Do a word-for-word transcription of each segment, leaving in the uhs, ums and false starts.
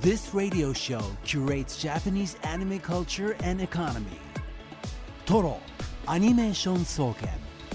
This radio show curates Japanese anime culture and economy. Toro Animation Soken。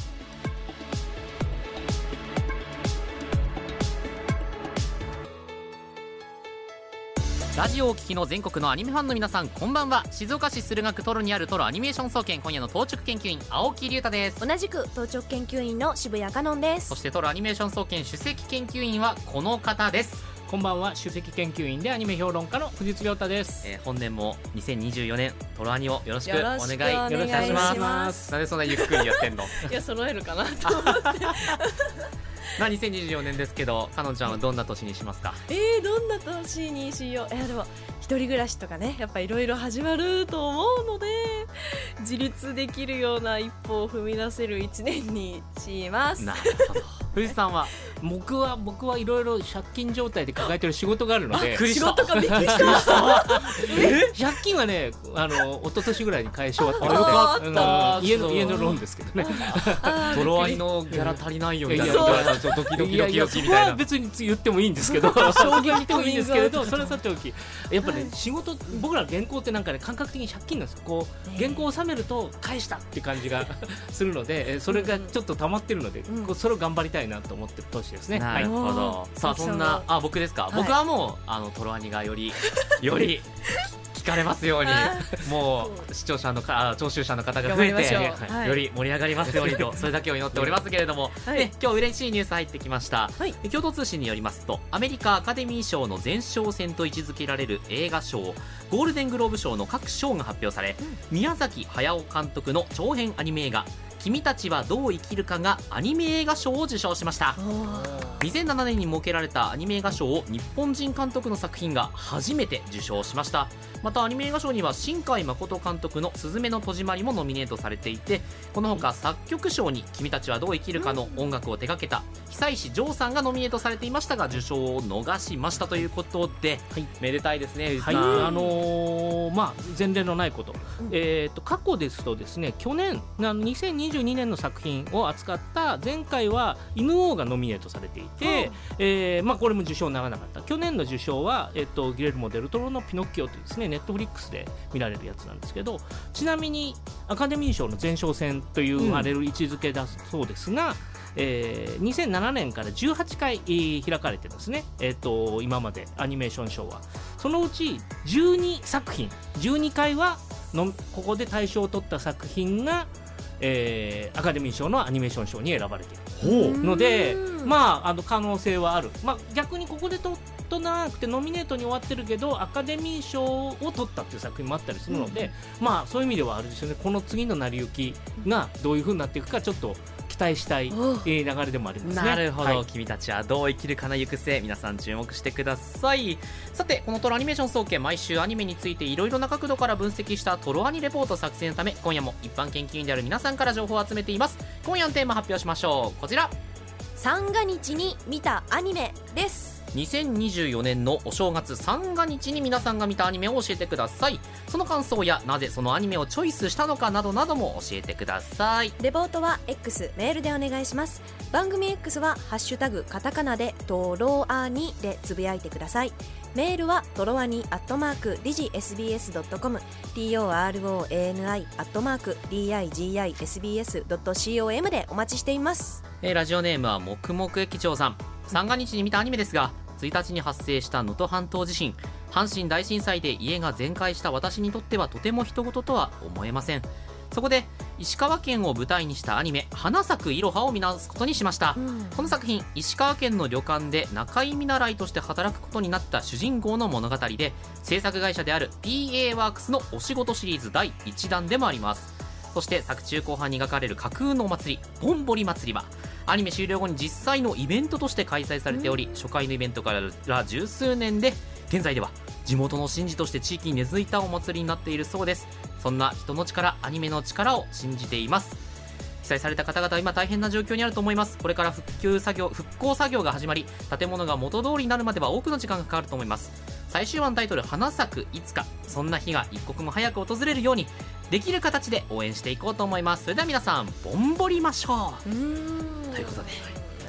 ラジオをお聞きの全国のアニメファンの皆さん、こんばんは。静岡市駿河区トロにあるトロアニメーション総研、今夜の当直研究員青木隆太です。 同じく当直研究員の渋谷香音です。 そしてトロアニメーション総研首席研究員はこの方です。 こんばんは。首席研究員でアニメ評論家の藤津亮太です。 えー、本年もにせんにじゅうよねんトロアニをよろしくお願いいたよろしくお願いします。 なんでそんなゆっくりやってんのいや、揃えるかなと思ってまあにせんにじゅうよねんですけど、かのんちゃんはどんな年にしますか？ えー、どんな年にしよう。いやでも一人暮らしとかね、やっぱいろいろ始まると思うので、自立できるような一歩を踏み出せるいちねんにします。 なるほど。藤さんは？ 僕は僕はいろいろ借金状態で抱えてる仕事があるので。 仕事がびっくりした借金はね、あの一昨年ぐらいに返し終わったので、 よかった家の家のローンですけどね。 トロアニのギャラ足りないよみたいな、 そうちょっとドキドキいやいや、そこドキドキみたいな。 は別に言ってもいいんですけど、将棋言ってもいいんですけれど、それはさておき、やっぱね、仕事、僕ら原稿ってなんかね、感覚的に借金なんですよ。こう原稿を収めると返したって感じがするので、それがちょっと溜まってるので、 うんこうそれを頑張りたいなと思ってる年ですね。 なるほど。 はい、 さあそんな、あ、僕ですか、はい、僕はもうあのトロアニがよりより聞かれますように、もう視聴者のか聴衆者の方が増えて、はい、より盛り上がりますようにと、それだけを祈っておりますけれども、はい、ね、今日嬉しいニュース入ってきました、はい、共同通信によりますと、アメリカアカデミー賞の前哨戦と位置づけられる映画賞、ゴールデングローブ賞の各賞が発表され、うん、宮崎駿監督の長編アニメ映画君たちはどう生きるかがアニメ映画賞を受賞しました。にせんななねんに設けられたアニメ映画賞を日本人監督の作品が初めて受賞しました。またアニメ映画賞には新海誠監督のすずめの戸締まりもノミネートされていて、このほか作曲賞に君たちはどう生きるかの音楽を手掛けた久石譲さんがノミネートされていましたが、受賞を逃しましたということで、はい、めでたいですね。 はい、あのー、まあ前例のないこと、えー、と過去ですとですね、去年にせんにじゅうにねんの作品を扱った前回は犬王がノミネートされていて、えーまあ、これも受賞ならなかった。去年の受賞は、えー、とギレルモ・デルトロのピノッキオというですね、ネットフリックスで見られるやつなんですけど、ちなみにアカデミー賞の前哨戦というあれる位置づけだそうですが、うん、えー、にせんななねんからじゅうはちかい開かれてですね、えー、と今までアニメーション賞はそのうちじゅうにさく品、じゅうにかいはのここで大賞を取った作品が、えー、アカデミー賞のアニメーション賞に選ばれているので、まあ、あの可能性はある、まあ、逆にここで取となくてノミネートに終わってるけどアカデミー賞を取ったっていう作品もあったりするので、うん、まあそういう意味ではあれですよね、この次の成り行きがどういう風になっていくかちょっと期待したい、えー、流れでもありますね。 なるほど、 はい、 君たちはどう生きるかな行く末、皆さん注目してください。さて、このトロアニメーション総研、毎週アニメについていろいろな角度から分析したトロアニレポート作成のため、今夜も一般研究員である皆さんから情報を集めています。今夜のテーマ発表しましょう。こちら、 三が日に見たアニメです。 にせんにじゅうよねんのお正月三が日に皆さんが見たアニメを教えてください。その感想やなぜそのアニメをチョイスしたのかなどなども教えてください。 レポートは X メールでお願いします。番組 X はハッシュタグカタカナでトロアニでつぶやいてください。メールはトロアニアットマークディジエスビーエスドットコム トロアニアットマークディジエスビーエスドットコム でお待ちしています。 えー、ラジオネームはもくもく駅長さん。三が日に見たアニメですが、ついたちに発生した能登半島地震、阪神大震災で家が全壊した私にとってはとても人事とは思えません。そこで石川県を舞台にしたアニメ花咲くいろはを見直すことにしました、うん、この作品、石川県の旅館で仲居見習いとして働くことになった主人公の物語で、制作会社である ピーエー ワークスのお仕事シリーズだいいちだんでもあります。そして作中後半に描かれる架空のお祭り、ぼんぼり祭りはアニメ終了後に実際のイベントとして開催されており、うん、初回のイベントから十数年で現在では地元の神事として地域に根付いたお祭りになっているそうです。そんな人の力、アニメの力を信じています。被災された方々は今大変な状況にあると思います。これから復旧作業、復興作業が始まり、建物が元通りになるまでは多くの時間がかかると思います。最終話のタイトル、花咲くいつか、そんな日が一刻も早く訪れるようにできる形で応援していこうと思います。それでは皆さん、ぼんぼりましょう。うーん、ということで、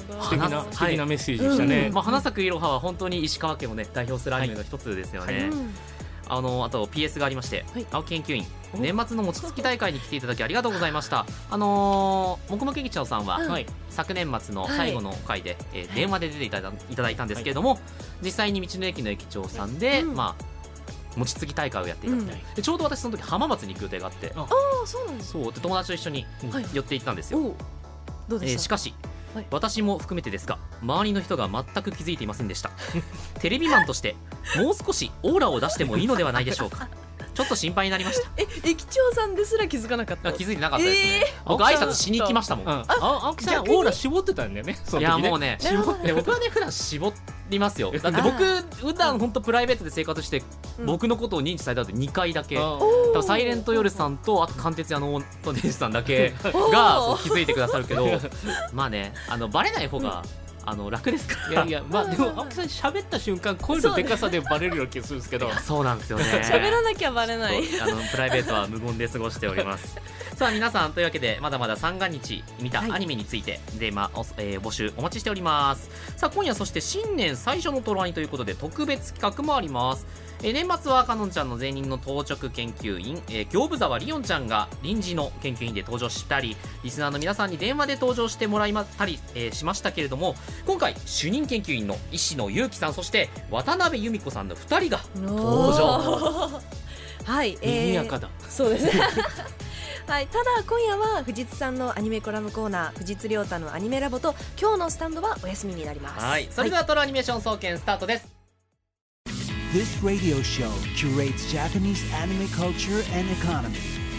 素敵な花素敵なメッセージでしたね、 うんまあ、花咲くいろはは本当に石川県を、ね、代表するアニメの一つですよね、はいはい、あのあと ピーエス がありまして、はい、青木研究員年末の餅つき大会に来ていただきありがとうございました。あのー、もくもく劇場さんは、はい、昨年末の最後の回で、はいえー、電話で出ていただいただいたんですけれども、はい、実際に道の駅の駅長さんで、うんまあ、餅つき大会をやっていたみたい、うん、でちょうど私その時浜松に行く予定があってああそうなんですそうで友達と一緒に寄って行ったんですよ、はい、 どうでした？ えー、しかしはい、 私も含めてですが周りの人が全く気づいていませんでしたテレビマンとしてもう少しオーラを出してもいいのではないでしょうかちょっと心配になりました。 え駅長さんですら気づかなかった？ 気づいてなかったですね、えー、僕挨拶しに行きましたもん、うん、 あ青木さんオーラ絞ってたんだよね。その時ねいやもうね絞って僕はね普段絞りますよ。だって僕普段本当プライベートで生活して、うん、僕のことを認知されたのってにかいだけ、多分サイレント夜さんとあと貫徹屋のとデジさんだけがそう気づいてくださるけどまあねあのバレない方が、うんあの楽ですから。 いやいやまあでも青木さん喋った瞬間声のでかさでバレるような気がするんですけどそうなんですよね喋らなきゃバレないあのプライベートは無言で過ごしておりますさあ皆さんというわけでまだまだ三が日見たアニメについて、はい、で、まあえー、募集お待ちしております。さあ今夜そして新年最初のトロワニということで特別企画もあります。えー、年末はかのんちゃんの前任の当直研究員、えー、行部沢りおんちゃんが臨時の研究員で登場したりリスナーの皆さんに電話で登場してもらいまったり、えー、しましたけれども今回主任研究員の石野裕樹さんそして渡辺由美子さんのふたりが登場はい、 えー、賑やかだそうですねはい、ただ今夜は藤津さんのアニメコラムコーナー藤津亮太のアニメラボと今日のスタンドはお休みになります。 はい、それではトロアニメーション総研スタートです。 This radio show curates Japanese anime culture and economy.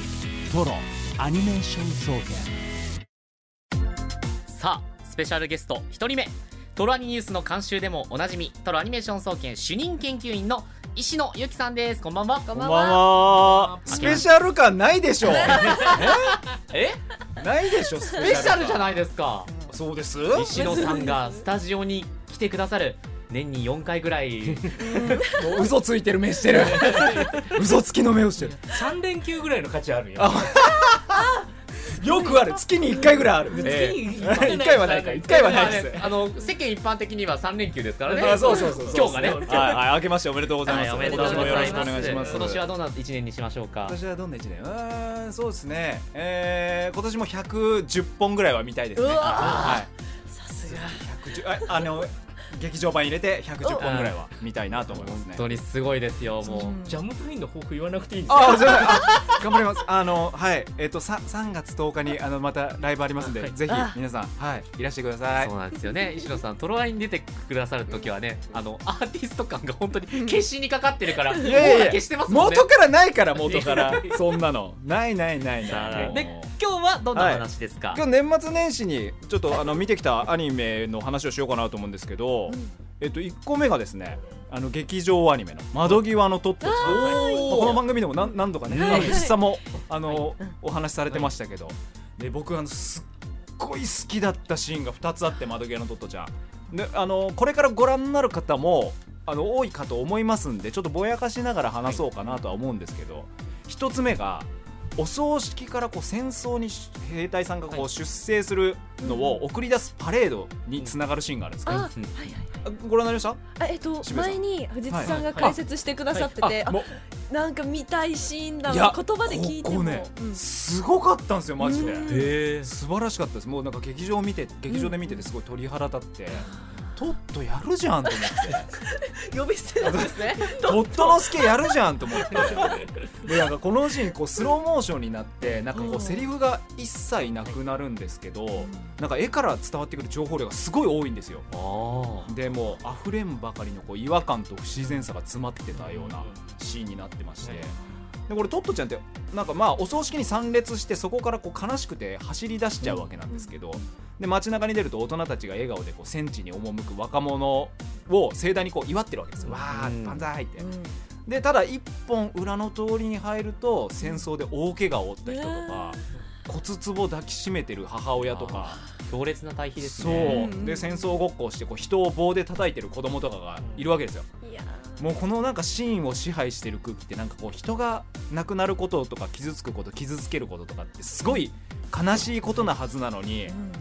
Toro Animation Soken. さあスペシャルゲストひとりめトロアニニュースの監修でもおなじみトロアニメーション総研主任研究員の石野由紀さんです。こんばんは。 こんばんは。スペシャル感ないでしょえないでしょスペシャルじゃないですか。 そうです。 石野さんがスタジオに来てくださる年によんかいぐらいもう嘘ついてる目してる嘘つきの目をしてる。 さん連休ぐらいの価値あるよよくある。月にいっかいぐらいある。 えー、いっかいはないかいっかいはないです。 あの世間一般的にはさん連休ですからね。 あそうそうそう今日がね。 はいはい明けましておめでとうございます。 はい、おめでとうございます。 よろしくお願いします。 今年はどんないちねんにしましょうか。 今年はどんないちねん。うーんそうですね。えー、今年もひゃくじゅっぽんぐらいは見たいですね。 はい。さすが。 ひゃくじゅうああの。劇場版入れてひゃくじゅっぽんぐらいは見たいなと思いますね。 本当にすごいですよ。もうジャムフラインの抱負言わなくていいですか。 あじゃあ頑張ります。あのはいえっ、ー、とさんがつとおかにあのまたライブありますんで、はい、ぜひ皆さんはいいらしてください。 そうなんですよね。石野さんトロワイに出てくださる時はねあのアーティスト感が本当に消しにかかってるからいやいや消してますもんね。 元からないから元からそんなのないないないない。 で今日はどんな話ですか。 はい、今日年末年始にちょっとあの見てきたアニメの話をしようかなと思うんですけど。うんえっと、いっこめがですねあの劇場アニメの窓際のトットちゃん、はいまあ、この番組でも何何度かね、はい、藤井さんもあの、はい、お話しされてましたけど、はい、で僕あのすっごい好きだったシーンがふたつあって窓際のトットちゃんであのこれからご覧になる方もあの多いかと思いますんでちょっとぼやかしながら話そうかなとは思うんですけど、はい、ひとつめがお葬式からこう戦争に兵隊さんがこう出征するのを送り出すパレードにつながるシーンがあるんですけど、うんうんご覧になりました？ あえっと前に藤津さんが解説してくださってて、なんか見たいシーンだな言葉で聞いても、ここね、 うん、すごかったんですよマジで。へ素晴らしかったです。もうなんか劇場を見て劇場で見ててすごい鳥肌立って。うんトットやるじゃんと思って呼び捨てなんですねトットの助やるじゃんと思ってでなんかこのシーンこうスローモーションになってなんかこうセリフが一切なくなるんですけど、うん、なんか絵から伝わってくる情報量がすごい多いんですよ。でもう溢れんばかりのこう違和感と不自然さが詰まってたようなシーンになってまして、でこれトットちゃんってなんかまあお葬式に参列してそこからこう悲しくて走り出しちゃうわけなんですけど、で街中に出ると大人たちが笑顔でこう戦地に赴く若者を盛大にこう祝ってるわけですよ。わー万歳って、うん、でただ一本裏の通りに入ると戦争で大怪我を負った人とか、骨壺抱きしめてる母親とか強烈な対比ですね。 そうで戦争ごっこをしてこう人を棒で叩いてる子供とかがいるわけですよ。いやもうこのなんかシーンを支配してる空気ってなんかこう人が亡くなることとか傷つくこと傷つけることとかってすごい悲しいことなはずなのに、うん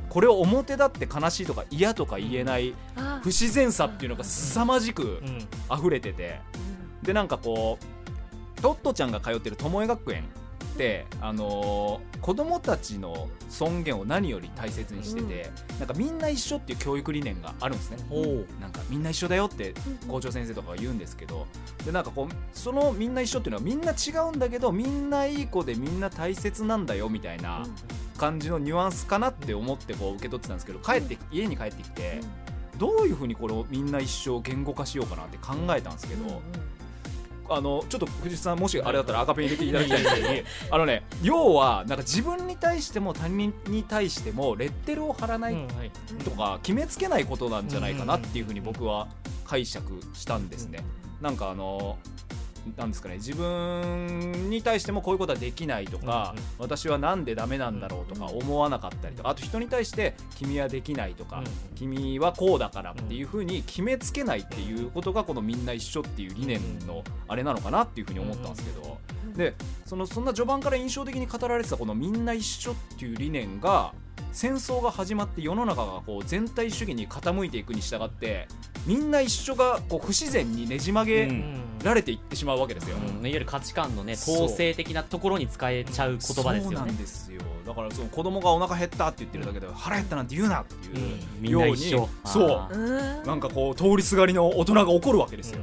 これを表立って悲しいとか嫌とか言えないあ不自然さっていうのが凄まじくうん溢れてて、でなんかこうトットちゃんが通ってるともえ学園ってあのー、子供たちの尊厳を何より大切にしてて、うん、なんかみんな一緒っていう教育理念があるんですね。なんかみんな一緒だよって校長先生とかが言うんですけど、でなんかこうそのみんな一緒っていうのはみんな違うんだけどみんないい子でみんな大切なんだよみたいな感じのニュアンスかなって思ってこう受け取ってたんですけど、帰って家に帰ってきてどういう風にこれをみんな一緒言語化しようかなって考えたんですけど、あのちょっと藤井さんもしあれだったら赤ペン入れていただきたいんですけど、あのね要はなんか自分に対しても他人に対してもレッテルを貼らないとか決めつけないことなんじゃないかなっていうふうに僕は解釈したんですね。なんかあのなんですかね、自分に対してもこういうことはできないとか、うんうん、私はなんでダメなんだろうとか思わなかったりとか、あと人に対して君はできないとか、うん、君はこうだからっていうふうに決めつけないっていうことがこのみんな一緒っていう理念のあれなのかなっていうふうに思ったんですけど、で そのそんな序盤から印象的に語られてたこのみんな一緒っていう理念が戦争が始まって世の中がこう全体主義に傾いていくに従ってみんな一緒がこう不自然にねじ曲げられていってしまうわけですよ、うん、 いわゆる価値観のね統制的なところに使えちゃう言葉ですよね。 そうなんですよ。だからその子供がお腹減ったって言ってるだけで、うん、腹減ったなんて言うなっていうように、うん、みんな一緒そうなんかこう通りすがりの大人が怒るわけですよ、うん、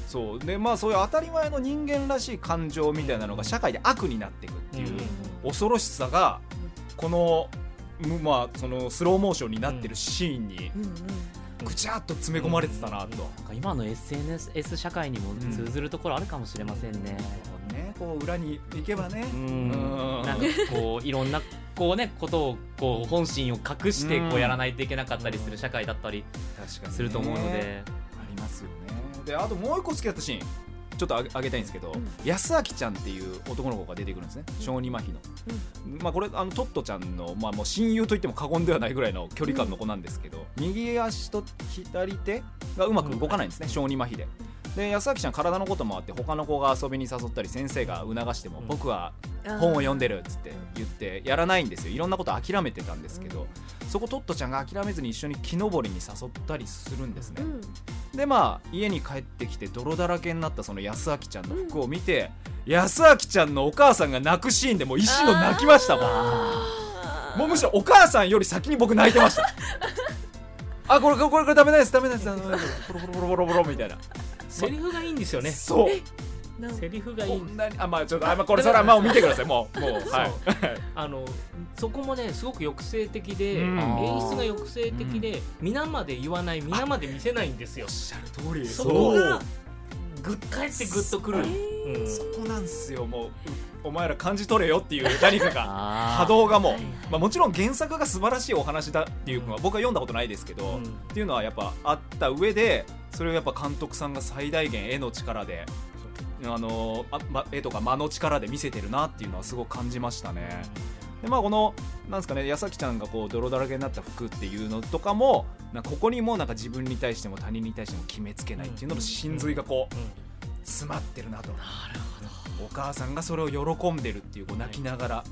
そうでまあそういう当たり前の人間らしい感情みたいなのが社会で悪になっていくっていう恐ろしさがこのまあそのスローモーションになってるシーンにぐちゃっと詰め込まれてたなと、 うん、今の エスエヌエス 社会にも通ずるところあるかもしれませんね、 うん、ねこう裏に行けばね、うん、 なんかこういろんなこうねことをこう本心を隠してこうやらないといけなかったりする社会だったりすると思うので、 うん、ありますよね。であともう一個好きだったシーンちょっとあげたいんですけど、うん、安明ちゃんっていう男の子が出てくるんですね、うん、小児麻痺の、うんまあ、これあのトットちゃんの、まあ、もう親友と言っても過言ではないぐらいの距離感の子なんですけど、うん、右足と左手がうまく動かないんですね、うん、小児麻痺で。で安明ちゃん体のこともあって他の子が遊びに誘ったり先生が促しても、うん、僕は本を読んでるっつって言ってやらないんですよ。いろんなこと諦めてたんですけど、うん、そこトットちゃんが諦めずに一緒に木登りに誘ったりするんですね、うん、でまあ家に帰ってきて泥だらけになったその安明ちゃんの服を見て、うん、安明ちゃんのお母さんが泣くシーンでもう一瞬の泣きましたもん。もうむしろお母さんより先に僕泣いてましたあこれこれこれダメですダメですボロボロボロボロみたいなセリフがいいんですよね。 そうセリフがいい。 こんなにあまあちょっとあまあこれそれはまあ見てくださいもうもうはいあのそこもねすごく抑制的で、うん、演出が抑制的で、うん、皆まで言わない皆まで見せないんですよ。 おっしゃる通り。 そこがぐっかえってグッとくる、 うん、そこなんですよ。もうお前ら感じ取れよっていう何かが波動がもう、まあ、もちろん原作が素晴らしいお話だっていうのは僕は読んだことないですけど、うん、っていうのはやっぱあった上でそれをやっぱ監督さんが最大限絵の力であのあ、ま、絵とか間の力で見せてるなっていうのはすごく感じましたね。でまあこのなんですかね、やさきちゃんがこう泥だらけになった服っていうのとかもなんかここにもなんか自分に対しても他人に対しても決めつけないっていうのの真髄がこう詰まってるなと。なるほど。お母さんがそれを喜んでるっていうこう泣きながら、はい、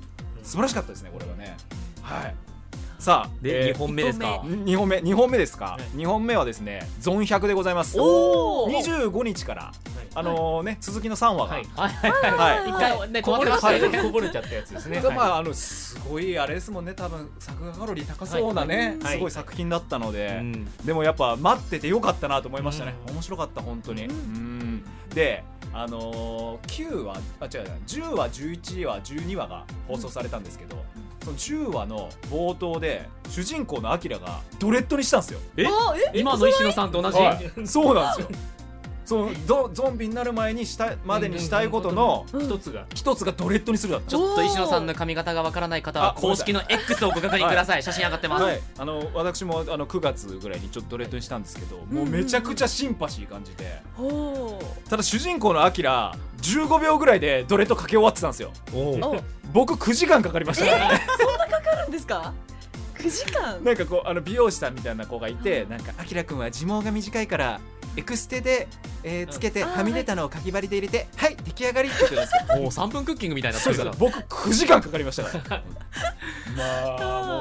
素晴らしかったですねこれはね。はい。さあで、えー、にほんめですか。 にほんめにほんめですか、はい、にほんめはですねゾンひゃくでございます。おにじゅうごにちから、はい、あのー、ね続きのさんわが、はいはいはい、 一回ねこぼれちゃったこぼれちゃったやつですね。 まああのすごいあれですもんね、多分作画カロリー高そうなね、はい、すごい作品だったので、はい、でもやっぱ待っててよかったなと思いましたね、うん、面白かった本当に、うん、であのー、きゅうわあ違うじゅうわじゅういちわじゅうにわが放送されたんですけど、そのじゅうわの冒頭で主人公のアキラがドレッドにしたんですよ。 え今の石野さんと同じ、 はい、そうなんですよ。そのゾゾンビになる前にしたまでにしたいことの一つが一つがドレッドにするだった。 ちょっと石野さんの髪型がわからない方は公式の X をご確認ください、はい、写真上がってます、はい、 あの私もあのくがつぐらいにちょっとドレッドにしたんですけど、もうめちゃくちゃシンパシー感じて、ただ主人公のアキラじゅうごびょうぐらいでドレッドかけ終わってたんですよ。僕くじかんかかりましたからね。 そんなかかるんですか。くじかん。 なんかこうあの美容師さんみたいな子がいて、なんかアキラくんは寿命が短いからエクステで、えー、つけてはみ出たのをかき針で入れて、はい、出来上がりって言ってたんですけど、 もうさんぷんクッキングみたいな。そうです。 僕くじかんかかりましたからまあも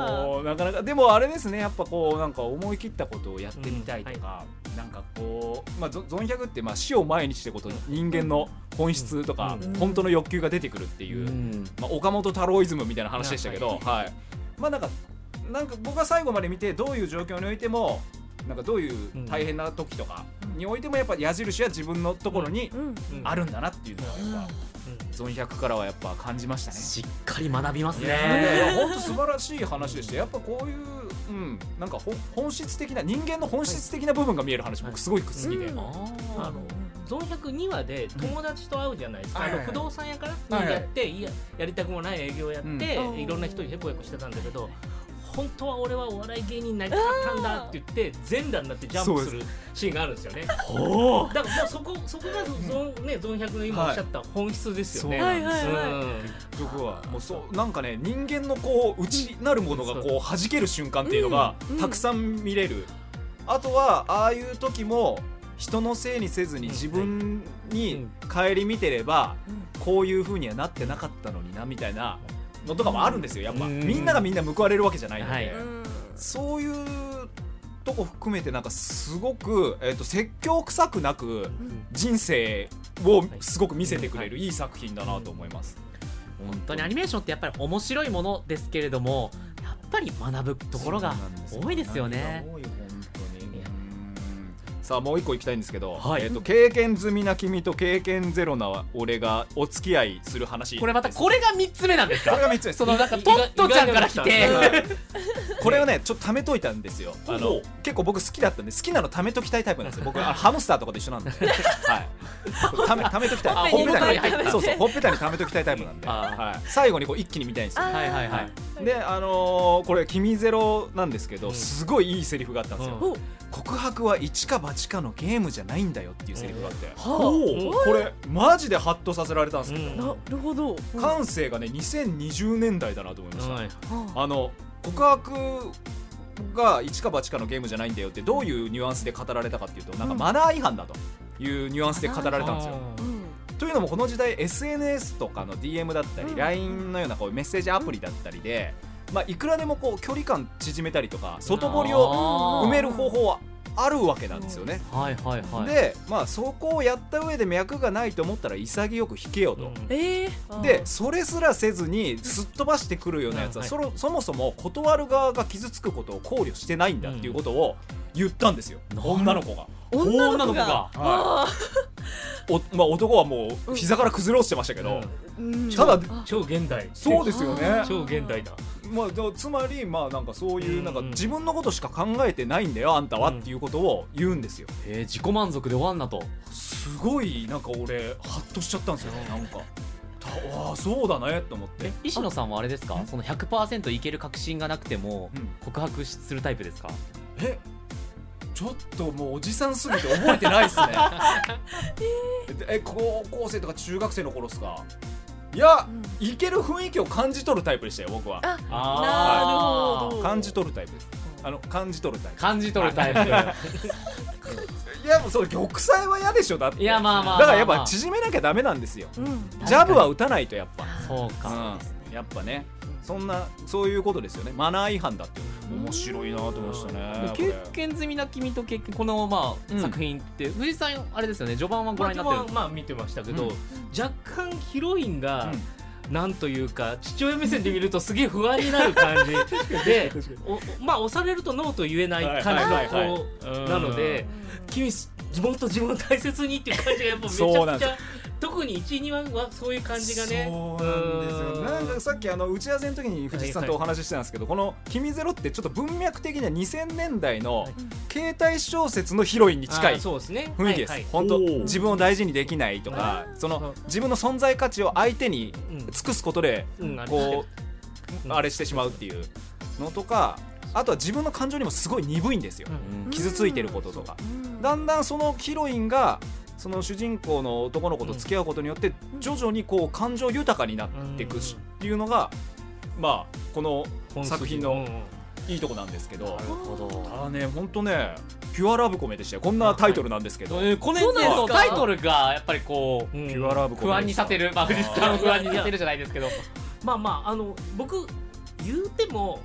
うなかなかでもあれですね、やっぱこうなんか思い切ったことをやってみたいとか、 うんはなんかこう、まあ、ゾゾンひゃくってまあ死を前にしてこと人間の本質とか、 うん本当の欲求が出てくるっていう、 うんまあ、岡本太郎イズムみたいな話でしたけど、 ははいまあなんかなんか僕は最後まで見てどういう状況においてもなんかどういう大変な時とかにおいてもやっぱ矢印は自分のところにうんうんあるんだなっていうのはやっぱゾンひゃくからはやっぱ感じましたね。 しっかり学びますいやいやいやね。 本当素晴らしい話でして、やっぱこういう、うん、なんかほ本質的な人間の本質的な部分が見える話、僕すごい好きで、 うんああのゾンひゃくにわで友達と会うじゃないですか、 うんあの不動産屋からはいはいやって、いややりたくもない営業やって、 うんいろんな人にヘコヘコしてたんだけど、本当は俺はお笑い芸人になりたかったんだって言って全裸になってジャンプするシーンがあるんですよね。 ほだからもうそこそこがゾン、ね、ゾンひゃくの今おっしゃった本質ですよね。 はいはいはいうん僕はもうそうなんかね、人間のこう内なるものがこう弾ける瞬間っていうのがうんたくさん見れる。あとはああいう時も人のせいにせずに自分に顧みてればこういう風にはなってなかったのになみたいなのとかもあるんですよ。やっぱうんみんながみんな報われるわけじゃないので、 はいうんそういうとこ含めてなんかすごく、えー、と説教臭くなく人生をすごく見せてくれるいい作品だなと思います。 本当にアニメーションってやっぱり面白いものですけれども、やっぱり学ぶところが多いですよね。 多い本当に。うんさあもう一個いきたいんですけど、 はいえー、と経験済みな君と経験ゼロな俺がお付き合いする話。 これまたこれがみっつめなんですか。 これがみっつです。 そのなんかトットちゃんから来て、 これをねちょっと貯めといたんですよ。あの結構僕好きだったんで好きなの貯めときたいタイプなんですよ。僕あのハムスターとかと一緒なんで、はい、貯め貯めときたい。 あほっぺたにほっぺたに入ったそうそうほっぺたに貯めときたいタイプなんで、 あはい、最後にこう一気に見たいんですよ。 あーはいはいはい。 であのーこれ君ゼロなんですけど、 うんすごいいいセリフがあったんですよ。 うんお告白は一か八かのゲームじゃないんだよっていうセリフがあって、 はおおこれマジでハッとさせられたんですけど、 うんあなるほど感性がねにせんにじゅうねんだいだなと思いました。 はいあの告白が一か八かのゲームじゃないんだよってどういうニュアンスで語られたかっていうと、なんかマナー違反だというニュアンスで語られたんですよ。 うんというのもこの時代 エスエヌエス とかの ディーエム だったり、 うんライン のようなこうメッセージアプリだったりで、まあ、いくらでもこう距離感縮めたりとか外堀を埋める方法はあるわけなんですよね。 はいはいはい。 で、まあ、そこをやった上で脈がないと思ったら潔く引けよと。 えーでそれすらせずにすっ飛ばしてくるようなやつは、 うんそろそもそも断る側が傷つくことを考慮してないんだっていうことを言ったんですよ、 うん女の子が。 女の子ががあおまあ、男はもう膝から崩れ落ちてましたけど、 ーうんただあ超現代。 そうですよね。 超現代だ。 まあ、だつまりまあなんかそういうなんかうん自分のことしか考えてないんだよあんたはっていうことを言うんですよ。 えー自己満足で終わんなと。 すごいなんか俺ハッとしちゃったんですよね。なんかたああそうだねと思ってえ、石野さんはあれですか、その ひゃくパーセント いける確信がなくてもうん告白しするタイプですか。 えちょっともうおじさんすぎて覚えてないっすね。え高校生とか中学生の頃っすか。いや、 うんいける雰囲気を感じ取るタイプでしたよ僕は。 ああーなるほど感じ取るタイプです。あの感じ取るタイプ。 感じ取るタイプ。 いやもうそれ玉砕は嫌でしょだって。 いやまあまあまあまあだからやっぱ縮めなきゃダメなんですよ。 うんジャブは打たないとやっぱ。 そうか。 うん、やっぱねそんなそういうことですよね。マナー違反だって面白いなと思いましたね。こ経れ験済みな君と経験このまあ、 うん作品って藤井さんあれですよね、序盤はご覧になってる。 まあまあ見てましたけど、 うん若干ヒロインが、 うんなんというか父親目線で見るとすげえ不安になる感じでおまあ押されるとノーと言えない感じはいはいはいの子なので君もっと自分を大切にっていう感じがやっぱめちそうなんですゃくちゃ特にいち、にわはそういう感じがねそうなんですよ。なんかさっきあの打ち合わせの時に藤井さんとお話ししてたんですけど、この「君ゼロ」ってちょっと文脈的にはにせんねんだいの携帯小説のヒロインに近いあーそうですね雰囲気です。 はいはい本当おー自分を大事にできないとか、その自分の存在価値を相手にうん尽くすことでうんあれこううんあれしてしまうっていうのとか、あとは自分の感情にもすごい鈍いんですよ。 うん傷ついてることとか。 うんだんだんそのヒロインがその主人公の男の子と付き合うことによって徐々にこう感情豊かになっていくしっていうのがまあこの本作品のいいとこなんですけど、 なるほど。 ただね本当ねピュアラブコメでしたよ。こんなタイトルなんですけど、 えーこのねそうなんですかそうタイトルがやっぱりこううんピュアラブコメ不安にさせる、まあ藤井さんを不安にさせるじゃないですけど。 まあまああの僕言うても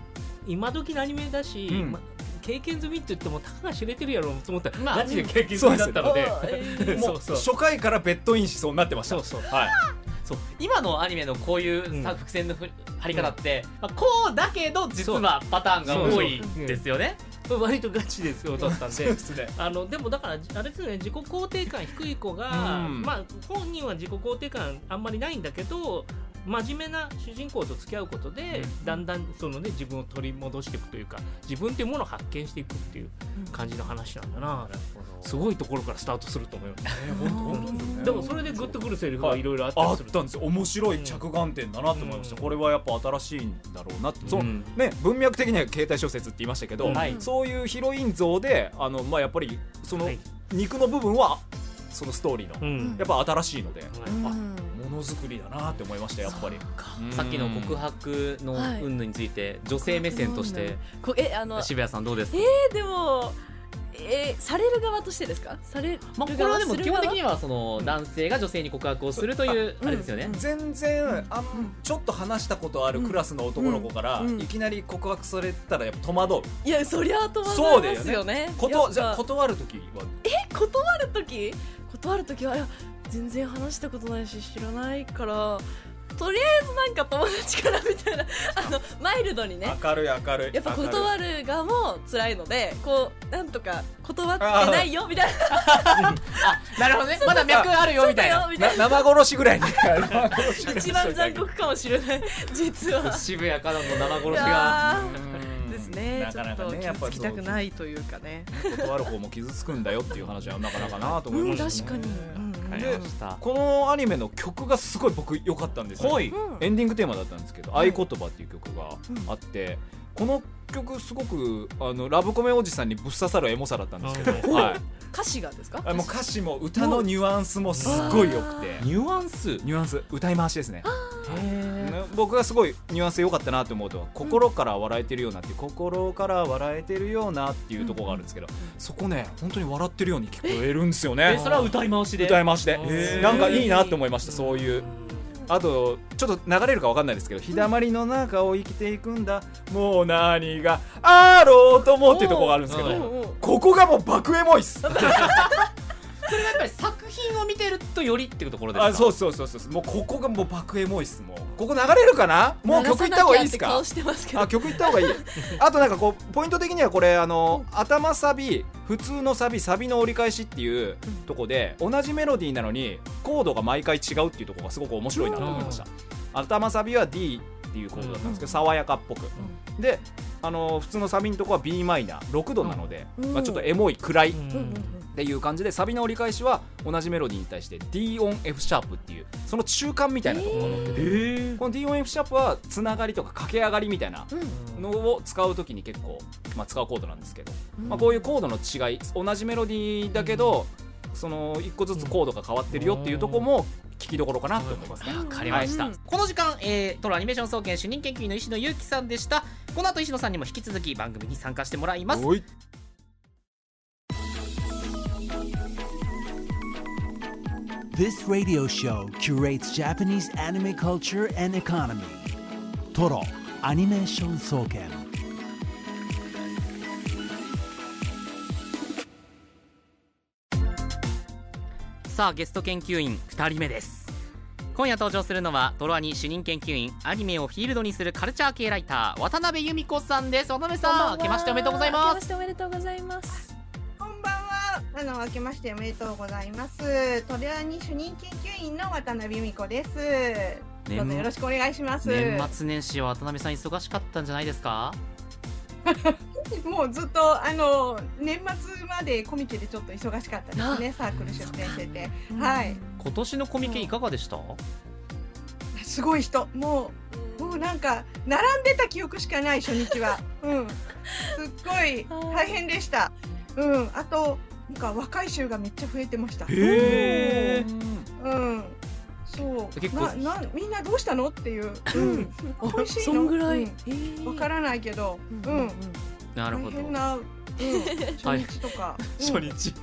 今時のアニメだし、 うんま経験済みって言ってもたかが知れてるやろうと思ったら、 まあガチで経験済みだったので、 もう初回からベッドインしそうになってました。 そうそうはい。 そう今のアニメのこういうさ、 うん伏線のふ張り方って、まあ、こうだけど実はパターンが多いですよね。 割とガチですよだったんでそうですね。 あのでもだからあれですね、自己肯定感低い子が、 うんまあ本人は自己肯定感あんまりないんだけど真面目な主人公と付き合うことで、 うんだんだんそのね自分を取り戻していくというか、自分っていうものを発見していくっていう感じの話なんだな。すごいところからスタートすると思います。 本当ですね。 でもそれでグッとくるセリフがいろいろあったありする。 ったんですよ。面白い着眼点だなと思いました。 うんこれはやっぱ新しいんだろうなって。そううんね、文脈的には携帯小説って言いましたけど、 はいそういうヒロイン像であのまあやっぱりそのはい肉の部分はそのストーリーのうんやっぱ新しいので、 はいあものづくりだなって思いましたやっぱり。うんさっきの告白のはい云々について女性目線としてこえあの渋谷さんどうですか？ えでもえーされる側としてですか？されるまあ、こ側れはでも基本的にははその男性が女性に告白をするというあれですよね。 全然あんちょっと話したことあるクラスの男の子からうんうんいきなり告白されたらやっぱ戸惑う。 いやそりゃ戸そうだよね惑いますよね。 ことじゃあやっぱ断るときは断る時断る時はいや全然話したことないし知らないからとりあえずなんか友達からみたいなあのマイルドにね明るい明るい。 やっぱ明るい断る側も辛いのでこうなんとか断ってないよみたいななるほどね。まだ脈あるよみたいな。 そうだよみたいなな生殺しぐらいに生殺しぐらいに一番残酷かもしれない実は渋谷かなの生殺しいが。 やうんーですねなかなかねちょっとやっぱ傷つきたくないというかね断る方も傷つくんだよっていう話はなかなかなと思いうんましたね。 確かにうんわかりました。 このアニメの曲がすごい僕良かったんですよ。 はいうんエンディングテーマだったんですけど「 はい合言葉」っていう曲があって、この曲すごくあのラブコメおじさんにぶっ刺さるエモさだったんですけど、 うんはい、 歌詞がですか？ あもう歌詞も歌のニュアンスもすごい良くて、 ニュアンス。 ニュアンス歌い回しですね。 へーね僕がすごいニュアンス良かったなと思うと「心から笑えてるような」っていう「心から笑えてるような」っていうところがあるんですけど、そこね本当に笑ってるように聞こえるんですよねえ。それは歌い回しで。 歌い回しでへーなんかいいなと思いました。そういうあとちょっと流れるか分かんないですけど「日だまりの中を生きていくんだもう何があろうとも」っていうところがあるんですけおうど、 うんうんここがもう爆エモいっす。 それがやっぱり作品を見てるとよりっていうところですか？ あそうそうそうそうもうここがもう爆エモいっす。もうここ流れるかな。もう曲いった方がいいですか流さなきゃって顔。してますけどあ曲いった方がいい。あとなんかこうポイント的にはこれあの頭サビ普通のサビサビの折り返しっていうとこで同じメロディーなのにコードが毎回違うっていうところがすごく面白いなと思いました。頭サビは D っていうコードだったんですけど爽やかっぽくであの普通のサビのとこは ビーマイナーろくどなので、 うんまあ、ちょっとエモい暗いっうんうんうんうんていう感じでサビの折り返しは同じメロディーに対して D 音 F シャープっていうその中間みたいなところが載ってて、この D 音 F シャープはつながりとか駆け上がりみたいなうんのを使うときに結構、まあ、使うコードなんですけど、まあ、こういうコードの違い同じメロディーだけどそのいっこずつコードが変わってるよっていうところも聞きどころかなと思いますね。 わかりました、 はいこの時間、えー、トロアニメーション総研主任研究員の石野裕樹さんでした。この後石野さんにも引き続き番組に参加してもらいます。 おい This radio show curates Japanese anime culture and economy. Toro Animation Soken. さあゲスト研究員ふたりめです。今夜登場するのはトロアニ主任研究員アニメをフィールドにするカルチャー系ライター渡辺由美子さんです。渡辺さん明けましておめでとうござい明けま。 ますしておめでとうございますこんばんは。あの明けましておめでとうございます。トレアニ主任研究員の渡辺由美子です。どうぞよろしくお願いします。 年末年始は渡辺さん忙しかったんじゃないですか？ もうずっとあの年末までコミケでちょっと忙しかったですね。サークル出展してて、はい。 今年のコミケいかがでした？ すごい人。もうもうなんか並んでた記憶しかない初日は。うん。すっごい大変でした。うん。あとなんか若い衆がめっちゃ増えてました。 へうん。そう。 結構ななみんなどうしたのっていう。うん。美味しいのそんぐらい、 うんわからないけど、うん、 なるほど。 大変な、うん、初日とか、うん初日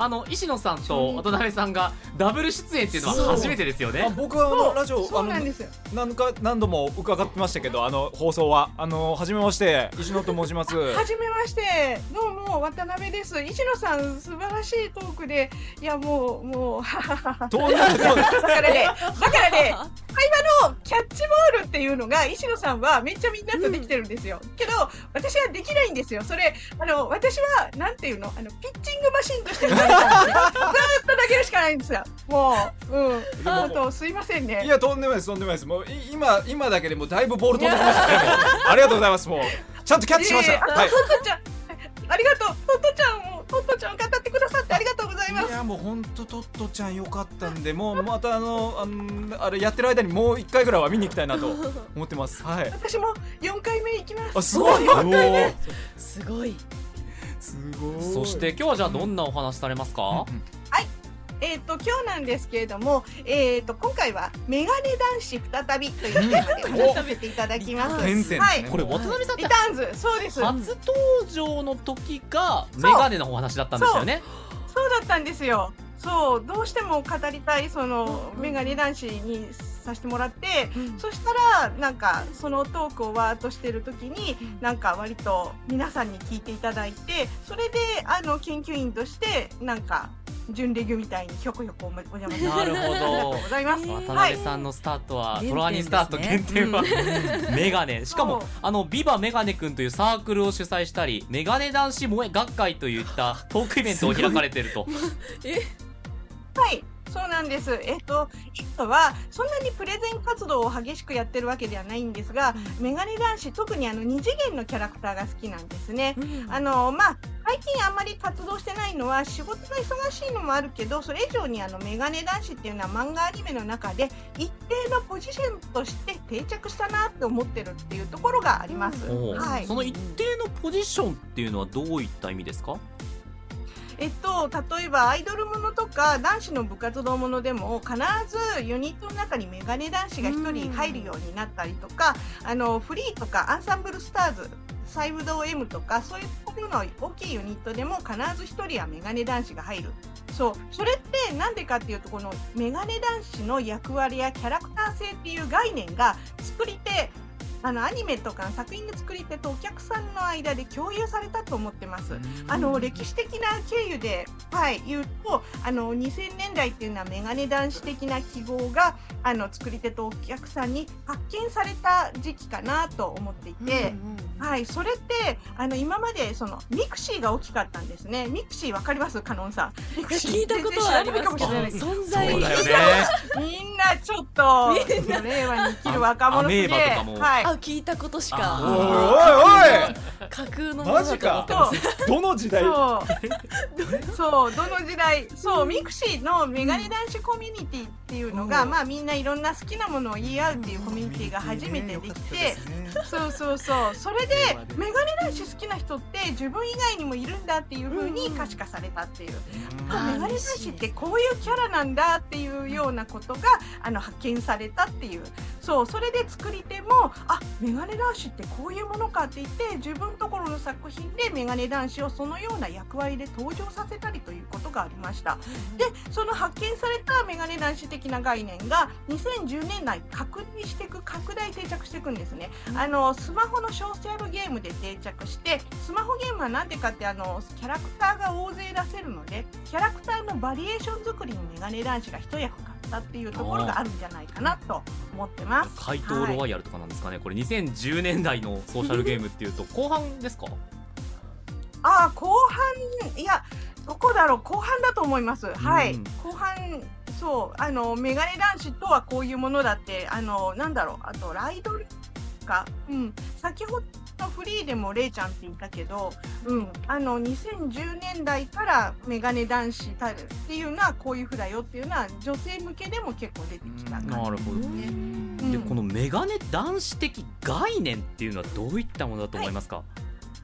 あの石野さんと渡辺さんがダブル出演っていうのは初めてですよあね。 僕はあのラジオそうなんですよ。 何か何度も伺ってましたけど、あの放送はあの初めまして石野と申します。 はじめまして、どうも渡辺です。石野さん素晴らしいトークで、いやもうもうはははは。 とんでもないだからね、だからね、会話のキャッチボールっていうのが石野さんはめっちゃみんなとできてるんですよ。うん、けど私はできないんですよ。それあの私はなんていうの、あのピッチングマシンとして生まれたんですよ。ずーっと投げるしかないんですよ。もう、うん、本当すいませんね。 いやとんでもないですとんでもないです。もうい今今だけでもうだいぶボール飛んできましたね。もうありがとうございます。もうちゃんとキャッチしました。 えー、 はい。 トットちゃん、ありがとう。トットちゃんもトットちゃんを語ってくださってありがとうございます。 いやもう本当トットちゃん良かったんで、もうまたあのあのあれやってる間にもう一回ぐらいは見に行きたいなと思ってます。はい。 私もよんかいめ行きます。 あすごい。 すごい。 すごい。 そして今日はじゃあどんなお話されますか？ うんうんえっ、と今日なんですけれども、えっ、と今回はメガネ男子再びというテーマでお話しさせていただきます。 原点ですね。 はいこれ渡辺さんってリターンズ、そうです。そう初登場の時がメガネのお話だったんですよね。 だったんですよ。そうどうしても語りたいそのメガネ男子にさせてもらって、うん、そしたらなんかそのトークをワーッとしてる時に、うん、なんか割と皆さんに聞いていただいて、それであの研究員としてなんか準レギュみたいにひょこひょこお邪魔してなるほどございます。 渡辺さんのスタートは、はい、トロワニスタート原点は、うん、メガネ、しかもあのビバメガネくんというサークルを主催したり、メガネ男子萌え学会といったトークイベントを開かれているとえはいそうなんです。えっと、今はそんなにプレゼン活動を激しくやってるわけではないんですが、うん、メガネ男子特にあの二次元のキャラクターが好きなんですね。うん、あのまあ最近あんまり活動してないのは仕事が忙しいのもあるけど、それ以上にあのメガネ男子っていうのは漫画アニメの中で一定のポジションとして定着したなって思ってるっていうところがあります。うんはい、 その一定のポジションっていうのはどういった意味ですか？ えっと、例えばアイドルものとか男子の部活動ものでも必ずユニットの中にメガネ男子がひとり入るようになったりとか、あのフリーとかアンサンブルスターズ、サイブド M とかそういうところの大きいユニットでも必ずひとりはメガネ男子が入る。そうそれってなんでかっていうと、このメガネ男子の役割やキャラクター性っていう概念が作り手あのアニメとか作品の作り手とお客さんの間で共有されたと思ってます。あの歴史的な経由で、はい、言うとあのにせんねんだいっていうのはメガネ男子的な記号があの作り手とお客さんに発見された時期かなと思っていて、うんうん、はい、それってあの今までそのミクシーが大きかったんですね。ミクシーわかります？カノンさん。ミクシー聞いたことはありますけど存在そうだよね。 みんなちょっと令和に生きる若者で、 はい、 あ聞いたことしか。 おいおいおい架空のものだと思ってます。 どの時代？ そうそうどの時代そうミクシーのメガネ男子コミュニティっていうのが、まあみんなないろんな好きなものを言い合うっていうコミュニティが初めてできて、そうそうそうそれでメガネ男子好きな人って自分以外にもいるんだっていう風に可視化されたっていう、あメガネ男子ってこういうキャラなんだっていうようなことがあの発見されたっていう、そうそれで作り手もあメガネ男子ってこういうものかって言って自分のところの作品でメガネ男子をそのような役割で登場させたりということがありました。でその発見されたメガネ男子的な概念がにせんじゅうねんだい拡大していく拡大定着していくんですね。あのスマホのソーシャルゲームで定着して、スマホゲームはなんでかってあのキャラクターが大勢出せるので、キャラクターのバリエーション作りにメガネ男子が一役買ったっていうところがあるんじゃないかなと思ってます。 怪盗ロワイヤルとかなんですかね、はい、これにせんじゅうねんだいのソーシャルゲームっていうと後半ですか？ あ後半いやどこだろう、後半だと思います。はい、後半そうあのメガネ男子とはこういうものだってあのなんだろう、あとライドルか、うん、先ほどのフリーでもレイちゃんって言ったけど、うん、あのにせんじゅうねんだいからメガネ男子たるっていうのはこういうふうだよっていうのは女性向けでも結構出てきた感じですね。 なるほどね。でこのメガネ男子的概念っていうのはどういったものだと思いますか？はい、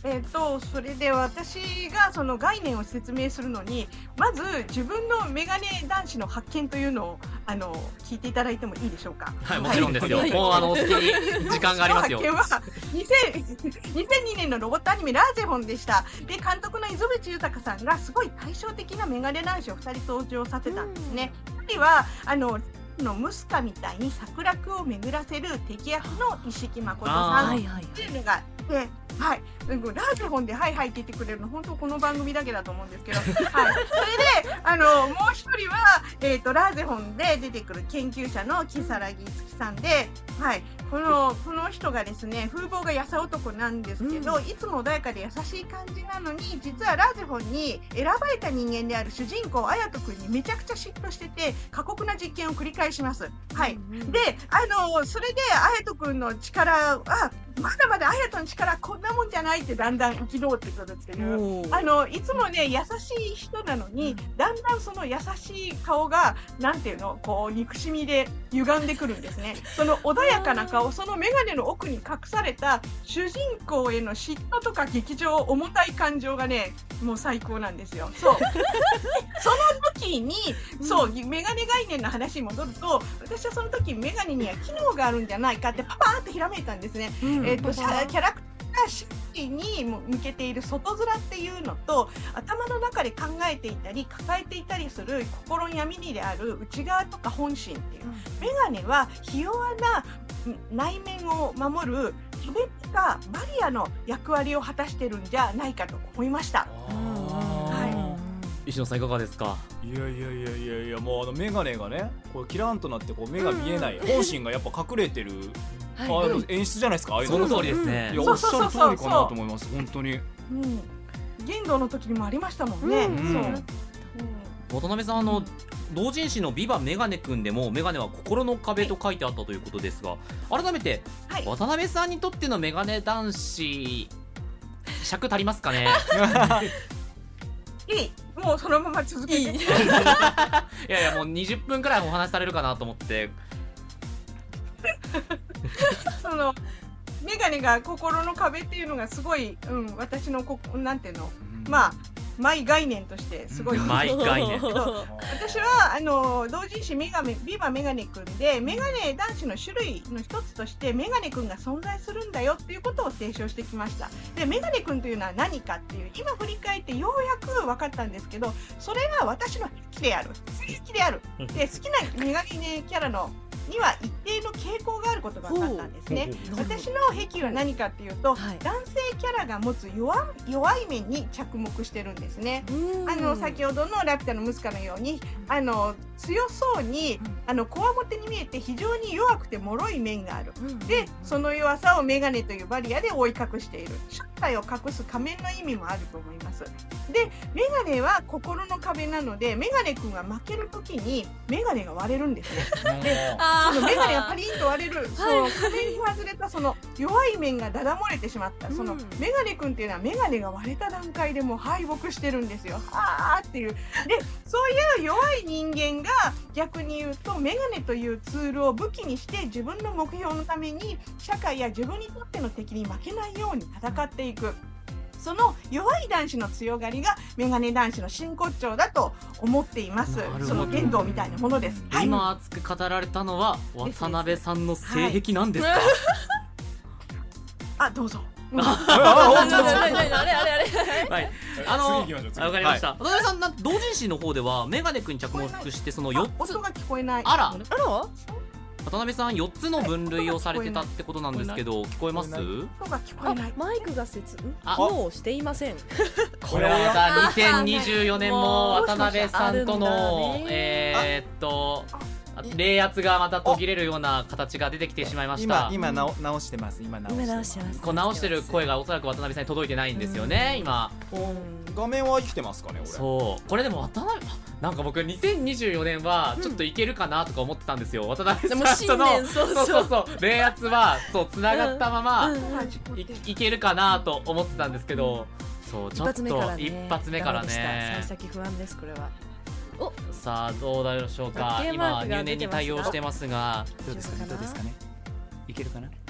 えっとそれで私がその概念を説明するのに、まず自分のメガネ男子の発見というのをあの聞いていただいてもいいでしょうか。 はい、もちろんですよ。もうあのお好きに時間がありますよ。 発見はにせんにねんのロボットアニメラーゼフォンでした。で、監督の溝口豊さんがすごい対照的なメガネ男子をふたり登場させたんですね。ふたりはあののムスカみたいに桜楽を巡らせる敵役の石木誠さんっていうのがで、はい、ラーゼフォンではいはいって言ってくれるの本当この番組だけだと思うんですけど、はい、それであのもう一人は、えー、とラーゼフォンで出てくる研究者の木更木月さんで、はい、このこの人がですね風貌が優男なんですけど、うん、いつも穏やかで優しい感じなのに、実はラーゼフォンに選ばれた人間である主人公綾人君にめちゃくちゃ嫉妬してて過酷な実験を繰り返します。はい、うん、であのそれで綾人君の力はまだまだ綾人の力こんなもんじゃないってだんだん憤ってくるっていう、あのいつもね優しい人なのに、だんだんその優しい顔がなんていうのこう憎しみで歪んでくるんですね。その穏やかな顔、その眼鏡の奥に隠された主人公への嫉妬とか劇場重たい感情がねもう最高なんですよ。そうその時にそう眼鏡概念の話に戻ると、私はその時眼鏡には機能があるんじゃないかってパパーってひらめいたんですね。うんえー、とキャラクター視点に向けている外面っていうのと、頭の中で考えていたり抱えていたりする心の闇にである内側とか本心っていう、うん、メガネはひ弱な内面を守る壁とかバリアの役割を果たしてるんじゃないかと思いました。はい、 石野さんいかがですか。 いやいやいやいやいや、もうあのメガネがねこうキラーンとなってこう目が見えない、うん、本心がやっぱ隠れてるはい、あの演出じゃないですか。ああいうのその通りですね。 いやおっしゃる通りかなと思います。本当に。うん。 言動の時にもありましたもんね。うん、そう。うん、 渡辺さんあの、うん、同人誌のビバメガネくんでもメガネは心の壁と書いてあったということですが、改めて、はい、渡辺さんにとってのメガネ男子尺足りますかね。 いい。もうそのまま続けて。いいいやいやもうにじゅっぷんくらいお話しされるかなと思って。 そのメガネが心の壁っていうのがすごい、うん、私のこなんていうの、うん、まあマイ概念としてすごいマイ概念私はあの同人誌メガメビバメガネくんでメガネ男子の種類の一つとしてメガネくんが存在するんだよっていうことを提唱してきました。でメガネくんというのは何かっていう今振り返ってようやく分かったんですけど、それは私の癖である性癖であるで好きなメガネキャラのには一定の傾向があることが分かったんですね。私の癖は何かっていうと、はい、男性キャラが持つ 弱, 弱い面に着目してるんですね。あの先ほどのラピュタのムスカのようにあの強そうにあのこわもてに見えて非常に弱くて脆い面がある。でその弱さをメガネというバリアで覆い隠している、正体を隠す仮面の意味もあると思います。でメガネは心の壁なのでメガネ君は負けるときにメガネが割れるんですね。でそのメガネがパリンと割れる、その壁に外れたその弱い面がだだ漏れてしまった、そのメガネ君っていうのはメガネが割れた段階でもう敗北してるんですよ。はーっていう。でそういう弱い人間が逆に言うとメガネというツールを武器にして自分の目標のために社会や自分にとっての敵に負けないように戦っていく。その弱い男子の強がりがメガネ男子の真骨頂だと思っています。その言動みたいなものです。 今熱く語られたのは渡辺さんの性癖なんですか。はい、 あ、どうぞ。 あの、わかりました。渡辺さん、同人誌の方ではメガネ君に着目してそのよっつ。 音が聞こえない。 あら。あら。渡辺さんよっつの分類をされてたってことなんですけど、聞こえます？ マイクが接機能していません。 これはまたにせんにじゅうよねんも渡辺さんとのえっと冷圧がまた途切れるような形が出てきてしまいました。 今今直してます。今直してます。 こう直してる声がおそらく渡辺さんに届いてないんですよね。今画面は生きてますかね。 そうこれでも渡辺なんか僕にせんにじゅうよねんはちょっといけるかなとか思ってたんですよ。渡辺さんとのそうそうそう冷圧はそうつながったままいけるかなと思ってたんですけど、そうちょっと一発目からね。 幸先不安ですこれは。 おさあどうでしょうか。今入念に対応してますがどうですかねどうですかねいけるかな。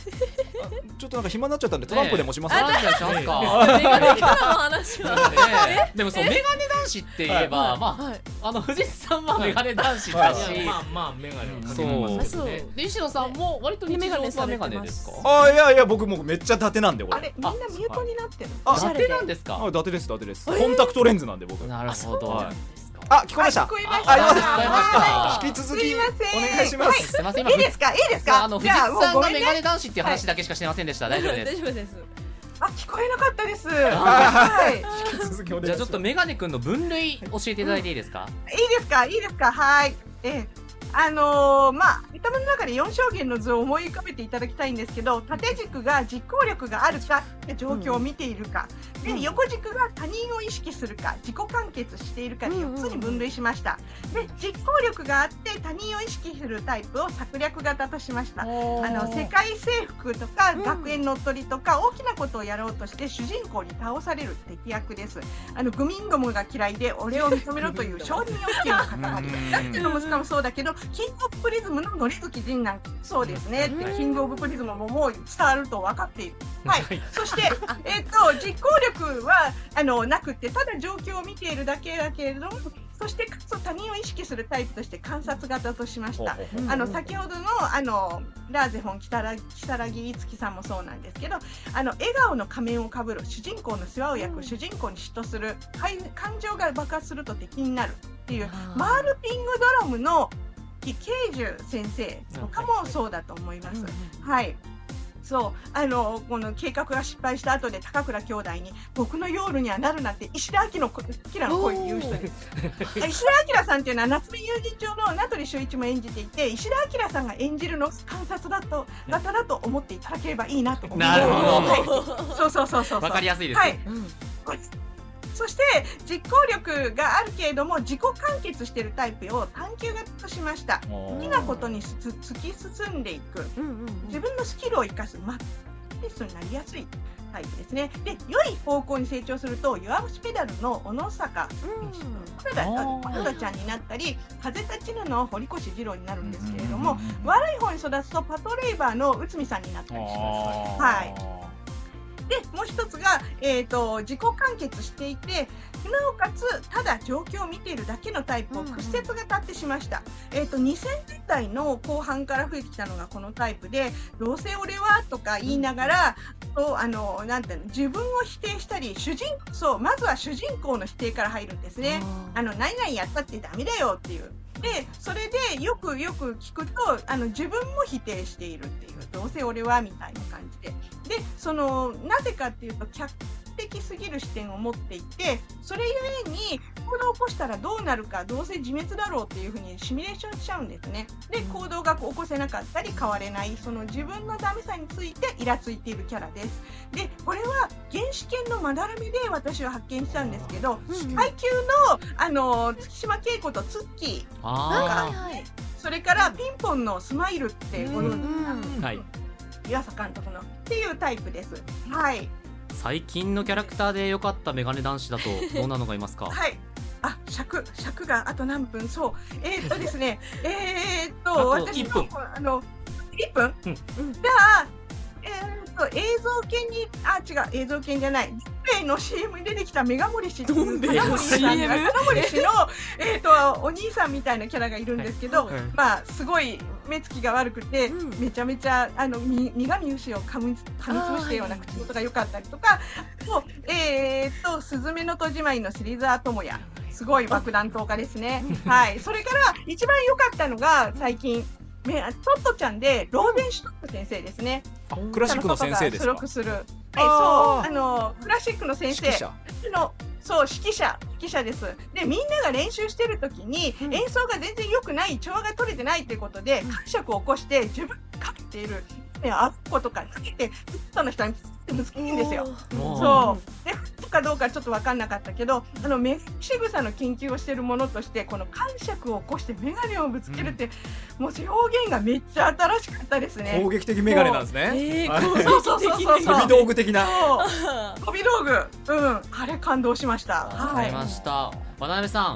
ちょっとなんか暇になっちゃったんでトランプでもしますか。 トランプでもしますか。 メガネからの話はえでもそうメガネ男子って言えば、まあ、あの藤井さんはメガネ男子だし、 まあまあメガネかけそうますよね。 で石野さんも割と日常はメガネですか。 あいやいや僕もうめっちゃ伊達なんでこれ。 あれみんなミュートになってる。 あ伊達なんですか。 あ伊達です伊達です。コンタクトレンズなんで僕。 なるほど。 あ聞こえました。 聞こえましあた。 聞こえました。 引き続きすいませんお願いします。 すみません。 いいですかいいですか。 あの藤井さんがメガネ男子っていう話だけしかしてませんでした。大丈夫です。 大丈夫です。 あ聞こえなかったです。はい。 引き続きお願いします。 じゃあちょっとメガネくんの分類教えていただいていいですか。 いいですかいいですかはい。ええあのー、まあ頭の中でよん象限の図を思い浮かべていただきたいんですけど、縦軸が実行力があるか状況を見ているか、うん、で横軸が他人を意識するか自己完結しているかでよっつに分類しました。で実行力があって他人を意識するタイプを策略型としました。あの世界征服とか学園乗っ取りとか大きなことをやろうとして主人公に倒される敵役です。あのグミンどもが嫌いで俺を認めろという承認欲求の塊だっていうのもそうだけど、キングオブプリズムの森月仁なんかそうですね、キングオブプリズムももう伝わると分かっている。はい、そして、えー、と実行力はあのなくてただ状況を見ているだけだけれども、そして他人を意識するタイプとして観察型としました。あの先ほどのあのラーゼフォン北木いつきさんもそうなんですけど、あの笑顔の仮面をかぶる主人公の世話を焼く、主人公に嫉妬する、感情が爆発すると敵になるっていうマールピングドラムのケイジュ先生とかもそうだと思います。はい。そうあのこの計画が失敗した後で高倉兄弟に僕のヨールにはなるなって石田明のキラの声で言う人です。石田明さんっていうのは夏目友人帳の名取周一も演じていて、石田明さんが演じるの観察だと型だと思っていただければいいなと思います。 なるほど、 はい、そうそうそうそうわかりやすいです。 はい、うんそして実行力があるけれども自己完結しているタイプを探求型としました。好きなことに突き進んでいく、うんうんうん、自分のスキルを生かすマッティストになりやすいタイプですね。で良い方向に成長すると弱虫ペダルの小野坂パラダちゃんになったり、風立ちぬの堀越二郎になるんですけれども、うんうんうん、悪い方に育つとパトレイバーの内海さんになったりします。はいでもう一つが、えーと、自己完結していてなおかつただ状況を見ているだけのタイプを屈折型ってしました。うんうんえーと、にせんねんだいの後半から増えてきたのがこのタイプで、どうせ俺はとか言いながら、うん、あのなんていうの自分を否定したり主人そうまずは主人公の否定から入るんですね。あの何々やったってダメだよっていう。でそれでよくよく聞くとあの自分も否定しているっていう、どうせ俺はみたいな感じででそのなぜかっていうと客的すぎる視点を持っていて、それゆえに行動を起こしたらどうなるか、どうせ自滅だろうっていうふうにシミュレーションしちゃうんですね。で行動が起こせなかったり変われない、その自分のダメさについてイラついているキャラです。でこれは原始犬のまだらめで私は発見したんですけど、うん、配給のあの月島恵子とツッキーあそれからピンポンのスマイルってご存知ですか、 はい、 湯浅監督のっていうタイプです。はい最近のキャラクターで良かったメガネ男子だとどんなのがいますか？ はいあ尺尺があと何分そうえー、っとですねえー、っと私のあのいっぷん、うん、じゃあえー、っと映像犬にあ違う映像犬じゃないディスプレイの シーエム に出てきたメガモリ氏っていうメガモリ氏のえー、っとお兄さんみたいなキャラがいるんですけど、はいはい、まあすごい目つきが悪くて、うん、めちゃめちゃあの苦味牛を噛み噛みつぶしたような口元が良かったりとか、もうえー、っとスズメの戸締まりの芹沢智也すごい爆弾投下ですね。はい、それから一番良かったのが最近トットちゃんでローゼンシュトック先生ですね。 クラシックの先生ですか？ するはい、そうあのクラシックの先生のそう指揮者指揮者です。でみんなが練習してる時に、うん、演奏が全然良くない調和が取れてないということで感触を起こして自分がかけているあっことかつけてその人にぶつけるんですよ。そうでかどうかちょっと分かんなかったけど、あの目仕草の研究をしているものとしてこの感触を起こして眼鏡をぶつけるって、うん、もう表現がめっちゃ新しかったですね。 攻撃的眼鏡なんですね。 えー、そうそうそうそう飛び道具的な飛び道具、うん、あれ感動しました。 わかりました。渡辺さん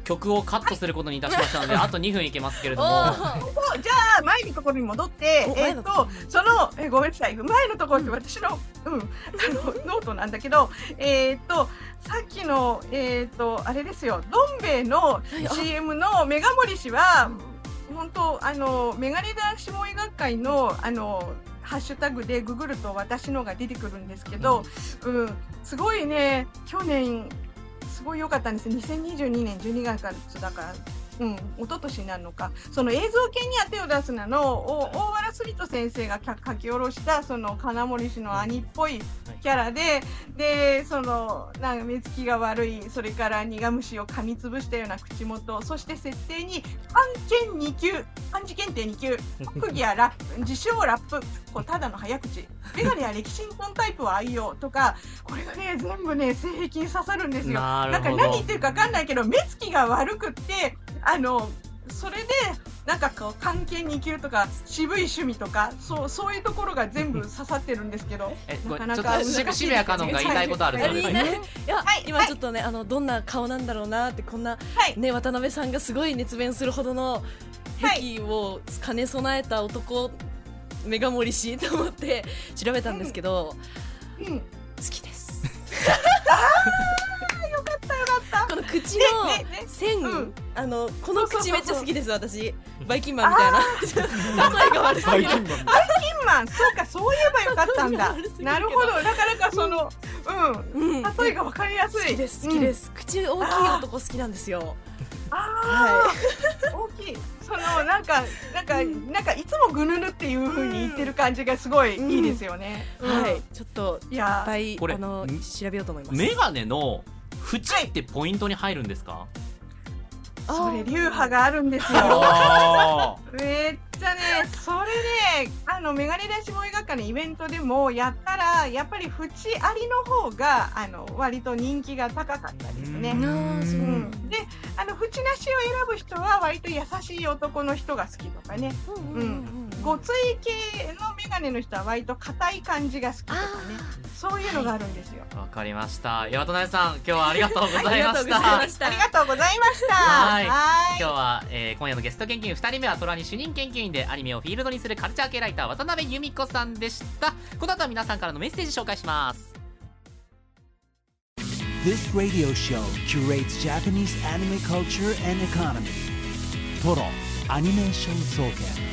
曲をカットすることにいたしましたのであとにふんいけますけれども、 じゃあ前のところに戻ってお、 えっ、 前のとことそのえごめんなさい、前のところって私の、うん、あのノートなんだけど、えっ、とさっきのえっ、とあれですよ、どん兵衛の シーエム のメガ盛り氏は本当あのメガネ男子萌え学会のあのハッシュタグでググると私のが出てくるんですけど、うん、すごいね、去年すごい良かったんです。にせんにじゅうにねんじゅうにがつだから、うん、一昨年になるのか。その映像系には手を出すなのを大原スリト先生が書き下ろしたその金森氏の兄っぽいキャラで、でそのなんか目つきが悪い、それから苦虫を噛みつぶしたような口元、そして設定に漢検に級、漢字検定に級、特技やラップ、自称ラップ、こうただの早口、メガネや歴史婚タイプを愛用とか、これがね全部ね性癖に刺さるんですよ。 なるほど。 なんか何言ってるか分かんないけど、目つきが悪くってあのそれでなんかこう関係に生きるとか渋い趣味とか、そうそういうところが全部刺さってるんですけどえこれなかなか難しいですちょっと渋谷かのんが言いたいことあるそうです。 いいねいや、 はい今ちょっとね、あのどんな顔なんだろうなって、こんな、 はいね、渡辺さんがすごい熱弁するほどの癖を兼ね備えた男、メガ盛りしと思って調べたんですけど、 うん好きですあよかったよかったこの口ねのねね線、 うんあのこの口めっちゃ好きです。私バイキンマンあみたいな例えが悪すぎるバイキンマンピンマン、そうか、そう言えばよかったんだ悪すぎるけどなるほど、なかなかそのうんうん好例えが分かりやすい。 きです好きですす、口大きい男好きなんですよ。 ああ大きい、そのなんかなんかなんかいつもぐぬぬっていう風に言ってる感じがすごいいいですよね。うんはい、ちょっといっいやぱいこれあの調べようと思います。 メガネの縁ってポイントに入るんですか？ それ流派があるんですよ。 あめっちゃね、それね、あのメガネ男子萌え学科のイベントでもやったら、やっぱり縁ありの方があの割と人気が高かったですね。 あーそううん、で、あの縁なしを選ぶ人は割と優しい男の人が好きとかね。 うんうんうんうんごつい系のメガネの人は割と硬い感じが好きとかね。そういうのがあるんですよ。 わかりました。いや渡辺さん今日はありがとうございまありがとうございした。 ました。 ありがとうございました。 はいはい今日は、えー今夜のゲスト研究員ふたりめはトラに主任研究員でアニメをフィールドにするカルチャー系ライター渡辺由美子さんでした。この後は皆さんからのメッセージ紹介します。 This radio show curates Japanese anime culture and economy. Toro Animation Soken.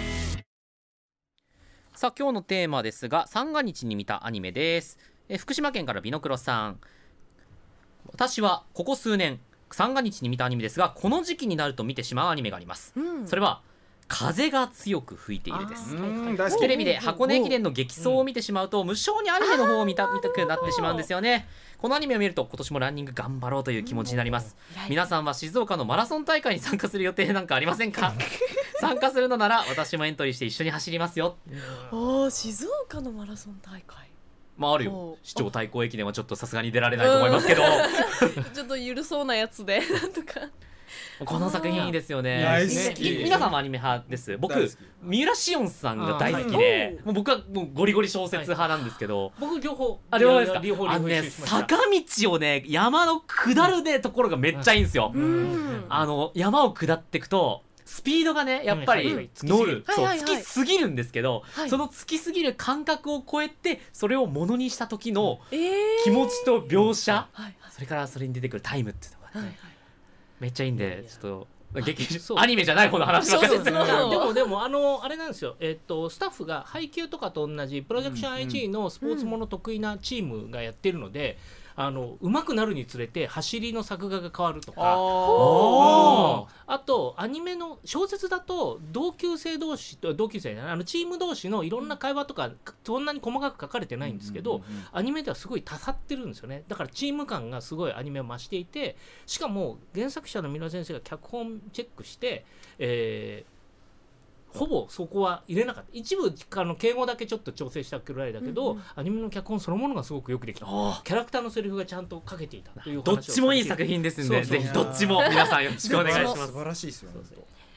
さあ今日のテーマですが三が日に見たアニメです。えー福島県からビノクロさん、私はここ数年三が日に見たアニメですが、この時期になると見てしまうアニメがあります。 うんそれは風が強く吹いているです。 うん大好きテレビで箱根駅伝の激走を見てしまうと無性にアニメの方を見た見たくなってしまうんですよね。このアニメを見ると今年もランニング頑張ろうという気持ちになります。皆さんは静岡のマラソン大会に参加する予定なんかありませんか？参加するのなら私もエントリーして一緒に走りますよ。 おー、静岡のマラソン大会まああるよおう。 市長対抗駅伝はちょっとさすがに出られないと思いますけど、 ちょっと緩そうなやつでなんとかこの作品いいですよね。 大ね好きみ皆さんもアニメ派です。僕大好き三浦紫音さんが大好きで、もう僕はもうゴリゴリ小説派なんですけど、 僕両方あ両方ですか。 両方両方あのね一緒にしました坂道をね山の下るねところがめっちゃいいんですよ。 うんあの山を下っていくとスピードがねやっぱりうん乗る、そうはいはいはいつきすぎるんですけど、 はいそのつきすぎる感覚を超えてそれをものにした時のえー気持ちと描写、 はいそれからそれに出てくるタイムっていうのが、 はいはいめっちゃいいんでちょっと劇そうアニメじゃない方の話ばっかりです小説のでもでもあのあれなんですよ、えっとスタッフが配給とかと同じプロジェクション アイジー のスポーツもの得意なチームがやってるので、あの上手くなるにつれて走りの作画が変わるとか、 おーあとアニメの小説だと同級生同士と同級生じゃないあのチーム同士のいろんな会話とかそんなに細かく書かれてないんですけど、アニメではすごい多彩ってるんですよね。だからチーム感がすごいアニメを増していて、しかも原作者の三浦先生が脚本チェックして、えーほぼそこは入れなかった。一部あの敬語だけちょっと調整したくらいだけど、 うんうんアニメの脚本そのものがすごくよくできた。キャラクターのセリフがちゃんと書けていたという話をどっちもいい作品ですんで、 そうそうぜひどっちも皆さんよろしくお願いします。 素晴らしいですよね。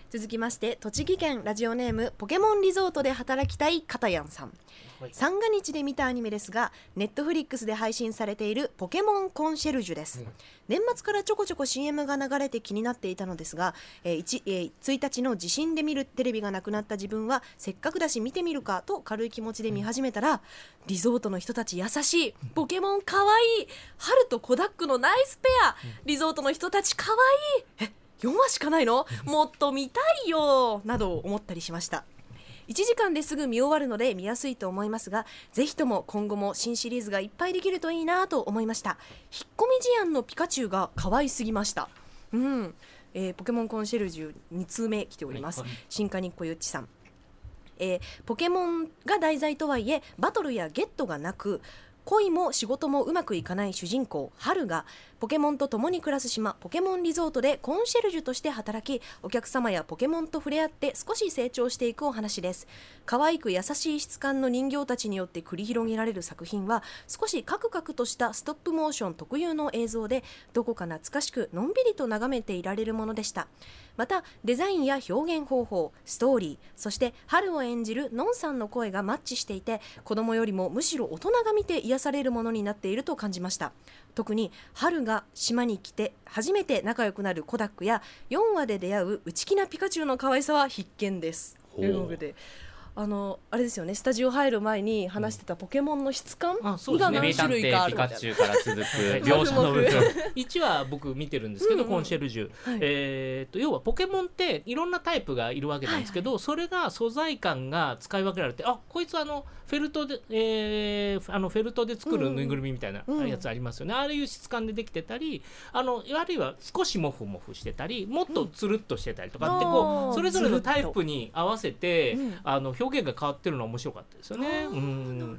続きまして栃木県ラジオネームポケモンリゾートで働きたいかたやんさん、 はい、 三が日で見たアニメですがネットフリックスで配信されているポケモンコンシェルジュです、うん、年末からちょこちょこ シーエム が流れて気になっていたのですが、えー 1, えー、ついたちの地震で見るテレビがなくなった自分はせっかくだし見てみるかと軽い気持ちで見始めたら、うん、リゾートの人たち優しい、ポケモンかわいい、春とコダックのナイスペア、リゾートの人たちかわいい、えよんわしかないの？もっと見たいよなど思ったりしました。いちじかんですぐ見終わるので見やすいと思いますが、ぜひとも今後も新シリーズがいっぱいできるといいなと思いました。引っ込み思案のピカチュウが可愛すぎました。うん、えー、ポケモンコンシェルジュに通目来ております。新カニッコゆっちさん、えー、ポケモンが題材とはいえバトルやゲットがなく恋も仕事もうまくいかない主人公春がポケモンと共に暮らす島ポケモンリゾートでコンシェルジュとして働き、お客様やポケモンと触れ合って少し成長していくお話です。可愛く優しい質感の人形たちによって繰り広げられる作品は少しカクカクとしたストップモーション特有の映像でどこか懐かしくのんびりと眺めていられるものでした。またデザインや表現方法、ストーリー、そして春を演じるのんさんの声がマッチしていて、子供よりもむしろ大人が見て癒されるものになっていると感じました。特に春が島に来て初めて仲良くなるコダックやよんわで出会う内気なピカチュウの可愛さは必見です。というわけで、あのあれですよね、スタジオ入る前に話してたポケモンの質感が何種類かあるみたいな。 名探偵ピカチュウから続く描写の部分いちわ僕見てるんですけど、うんうん、コンシェルジュ、はい、えー、と要はポケモンっていろんなタイプがいるわけなんですけど、はいはい、それが素材感が使い分けられて、あこいつあのフェルトで、えー、あのフェルトで作るぬいぐるみみたいなやつありますよね、うんうん、ああいう質感でできてたり、あのあるいは少しモフモフしてたりもっとつるっとしてたりとかって、こうそれぞれのタイプに合わせて、うん、あの表現が変わってるのは面白かったですよね。うん、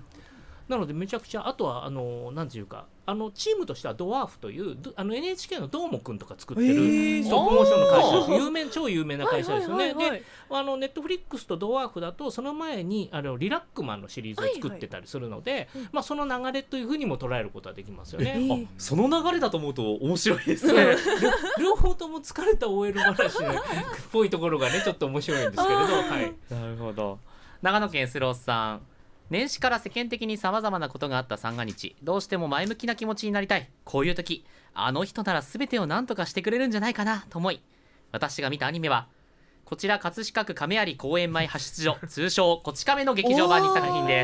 なのでめちゃくちゃ、あとはあのなんていうか、あのチームとしてはドワーフというあの エヌエイチケー のどーもくんとか作ってるストップモーションの会社です。有名超有名な会社ですよね。はいはいはいはい、であのネットフリックスとドワーフだとその前にあのリラックマンのシリーズを作ってたりするので、はいはい、まあ、その流れというふうにも捉えることはできますよね。 あその流れだと思うと面白いですね。 両方とも疲れた オーエル 話っぽいところがねちょっと面白いんですけれど、はい、 なるほど。長野県スロースさん、年始から世間的に様々なことがあった三が日、どうしても前向きな気持ちになりたい。こういう時、あの人なら全てを何とかしてくれるんじゃないかなと思い、私が見たアニメはこちら葛飾区亀有公園前派出所通称こち亀の劇場版に作品です。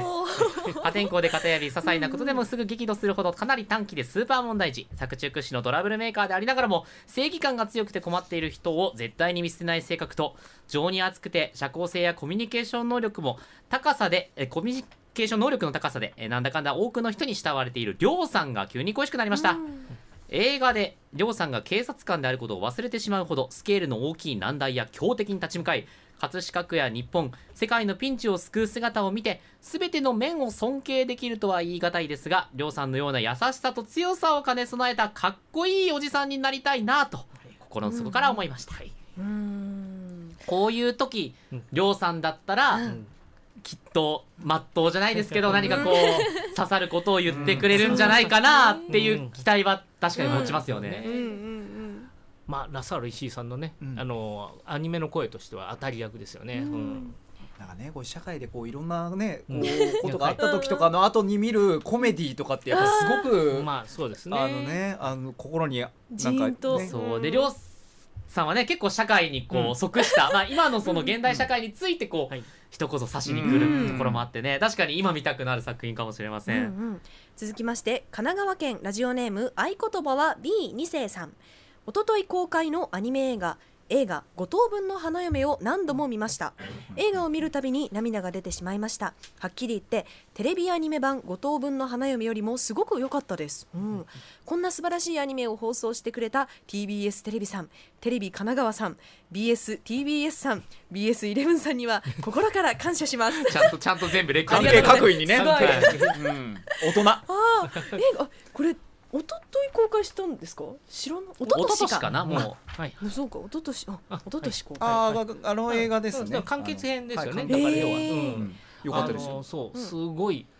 破天荒で型やり些細なことでもすぐ激怒するほどかなり短期でスーパー問題児、作中屈指のトラブルメーカーでありながらも正義感が強くて困っている人を絶対に見捨てない性格と、情に熱くて社交性やコミュニケーション能力も高さでえコミュニケーション能力の高さでえなんだかんだ多くの人に慕われているりょうさんが急に恋しくなりました。映画でりょうさんが警察官であることを忘れてしまうほどスケールの大きい難題や強敵に立ち向かい、葛飾区や日本、世界のピンチを救う姿を見て全ての面を尊敬できるとは言い難いですが、りょうさんのような優しさと強さを兼ね備えたかっこいいおじさんになりたいなと心の底から思いました。うーん、こういう時りょうさんだったら、うんきっとまっとうじゃないですけど何かこう刺さることを言ってくれるんじゃないかなっていう期待は確かに持ちますよね。 まあラサール石井さんのね、うん、あのアニメの声としては当たり役ですよね。うんうん、 なんかね、こう社会でこういろんなねこうことがあった時とかの後に見るコメディとかってやっぱすごくまあそうですね。 あのねあの心になんか、ね、 そうでりょうさんはね結構社会にこう、うん、即した、まあ、今のその現代社会についてこう、うん、一言差しに来るところもあってね、確かに今見たくなる作品かもしれません。うんうん、 続きまして神奈川県ラジオネーム合言葉は ビーに 世さん、おととい公開のアニメ映画映画ご等分の花嫁を何度も見ました。映画を見るたびに涙が出てしまいました。はっきり言ってテレビアニメ版ご等分の花嫁よりもすごく良かったです。うん、こんな素晴らしいアニメを放送してくれた ティービーエス テレビさん、テレビ神奈川さん、 ビーエス ティービーエス さん、 ビーエスイレブン さんには心から感謝します。 ちゃんとちゃんと全部レック関係各位にね、うん、大人。ああ、映画これおととい公開したんですか？知らない。おととしかかな、もう、 はい、そうか、おととし、あ、おととし公開。 ああ、あの映画ですね。 完結編ですよね。 だから要は、 よかったですよ。 そう、すごい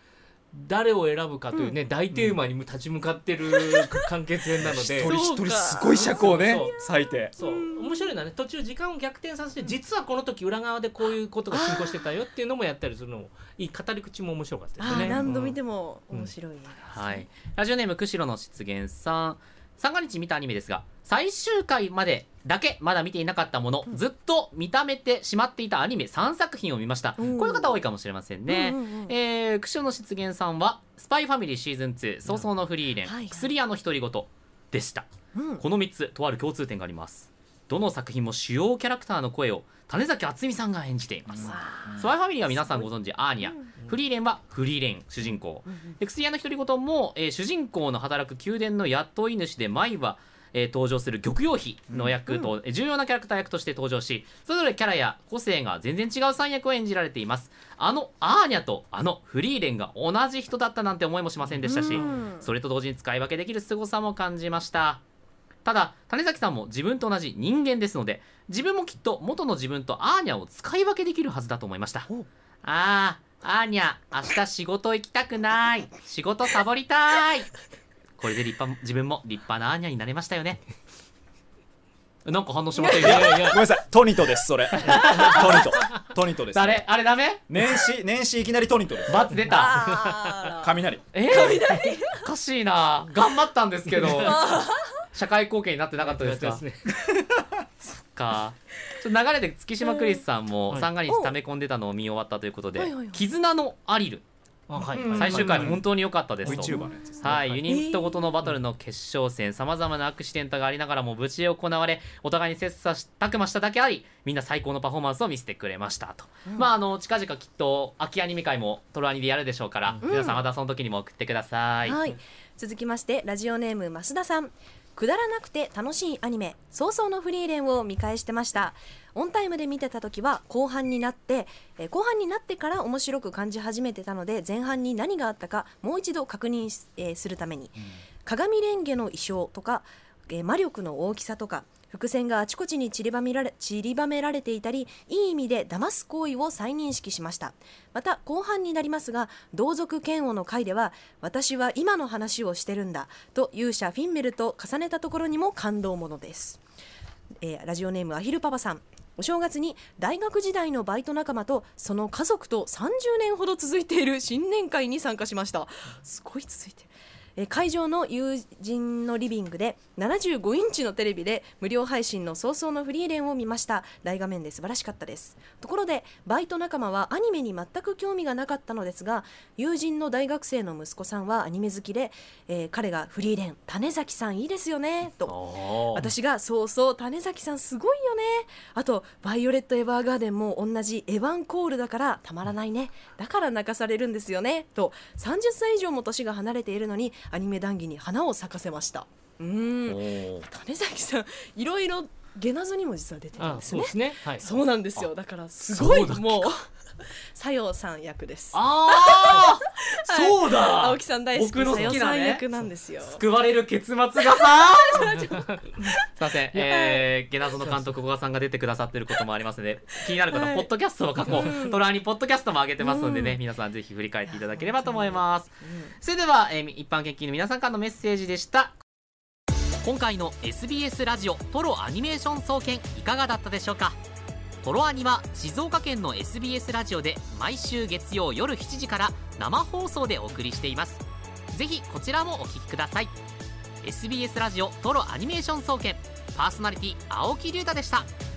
誰を選ぶかというね、うん、大テーマに立ち向かってる完結編なので、 一人一人すごい尺をね割いて、 そう面白いのはね、途中時間を逆転させて、実はこの時裏側でこういうことが進行してたよっていうのもやったりするのもいい、語り口も面白かったですね。 あ何度見ても面白い、うんうん、はい。ラジオネーム釧路の湿原さん、三が日見たアニメですが、最終回までだけまだ見ていなかったもの、うん、ずっと見ためてしまっていたアニメさんさく品を見ました。こういう方多いかもしれませんね。うんうんうん、えー、釧路の湿原さんはスパイファミリーシーズンツー、早々のフリーレン、うんはいはい、薬屋の独り言でした、うん、このみっつとある共通点があります。どの作品も主要キャラクターの声を種崎敦美さんが演じています。スパイファミリーは皆さんご存知アーニャ、うん、フリーレンはフリーレン主人公、うん、で薬屋の独り言も、えー、主人公の働く宮殿の雇い主で毎はえー、登場する玉葉妃の役と、うん、重要なキャラクター役として登場し、それぞれキャラや個性が全然違うさん役を演じられています。あのアーニャとあのフリーレンが同じ人だったなんて思いもしませんでしたし、うん、それと同時に使い分けできる凄さも感じました。ただ種崎さんも自分と同じ人間ですので、自分もきっと元の自分とアーニャを使い分けできるはずだと思いました。あーアーニャ、明日仕事行きたくない、仕事サボりたい。これで立派、自分も立派なアーニャになれましたよね。なんか反応しませんよ。 ごめんなさい、トニトです。それトニトトニトです。 あれあれダメ？ 年始年始いきなりトニトです。 バツ出た。 雷。 えー、雷おかしいな。頑張ったんですけど社会貢献になってなかったですか？そっか。ちょっと流れで月島クリスさんも三が日溜め込んでたのを見終わったということで、はい、絆のアリル、はい、最終回本当に良かったですと、 VTuber のやつですね。 はい、ユニットごとのバトルの決勝戦、さまざまなアクシデントがありながらも無事行われ、お互いに切磋琢磨しただけあり、みんな最高のパフォーマンスを見せてくれましたと、うん、まああの近々きっと秋アニメ会もトロアニでやるでしょうから、うん、皆さんまたその時にも送ってください、 はい、続きましてラジオネーム増田さん、くだらなくて楽しいアニメ早々のフリーレンを見返してました。オンタイムで見てた時は後半になって、えー、後半になってから面白く感じ始めてたので、前半に何があったかもう一度確認、えー、するために、うん、鏡レンゲの衣装とか、えー、魔力の大きさとか伏線があちこちに散りばめられ、散りばめられていたり、いい意味で騙す行為を再認識しました。また後半になりますが、同族嫌悪の回では私は今の話をしてるんだと勇者フィンメルと重ねたところにも感動ものです、えー、ラジオネームアヒルパパさん、お正月に大学時代のバイト仲間とその家族とさんじゅうねんほど続いている新年会に参加しました。すごい続いてる。会場の友人のリビングでななじゅうごインチのテレビで無料配信の早々のフリーレンを見ました。大画面で素晴らしかったです。ところでバイト仲間はアニメに全く興味がなかったのですが、友人の大学生の息子さんはアニメ好きで、えー、彼がフリーレン種崎さんいいですよねと、私がそうそう種崎さんすごいよね、あとバイオレットエヴァーガーデンも同じエヴァンコールだからたまらないね、だから泣かされるんですよねと、さんじゅっさい以上も年が離れているのにアニメ談義に花を咲かせました。うーん、種崎さんいろいろゲナズにも実は出てるんですね。 そうですね、はい、そうなんですよ。だからすごいもうさよさん役です。 ああ、そうだ、 はい、青木さん大好き僕の好きな、ね、 さよさん役なんですよ。 救われる結末がさすいません、えー、ゲナゾの監督小川さんが出てくださってることもありますので、気になる方、はい、ポッドキャストの過去、うん、トラにポッドキャストも上げてますのでね、うん、皆さんぜひ振り返っていただければと思います、うん、それでは、えー、一般研究の皆さんからのメッセージでした。今回の エスビーエス ラジオトロアニメーション総研いかがだったでしょうか。トロアニは静岡県の エスビーエス ラジオで毎週月曜夜しちじから生放送でお送りしています。ぜひこちらもお聞きください。 エスビーエス ラジオトロアニメーション総研、パーソナリティ青木龍太でした。